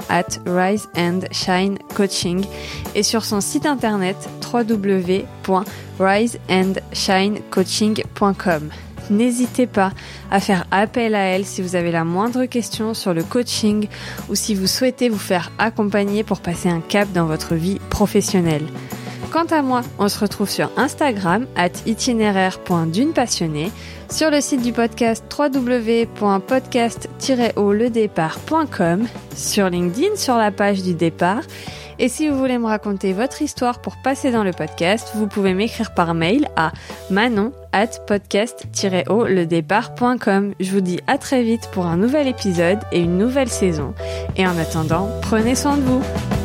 @riseandshinecoaching et sur son site internet www.riseandshinecoaching.com. N'hésitez pas à faire appel à elle si vous avez la moindre question sur le coaching ou si vous souhaitez vous faire accompagner pour passer un cap dans votre vie professionnelle. Quant à moi, on se retrouve sur Instagram @itinéraire.dunepassionnée, sur le site du podcast www.podcast-ledépart.com, sur LinkedIn sur la page du départ. Et si vous voulez me raconter votre histoire pour passer dans le podcast, vous pouvez m'écrire par mail à manon@podcast-ledépart.com. Je vous dis à très vite pour un nouvel épisode et une nouvelle saison. Et en attendant, prenez soin de vous.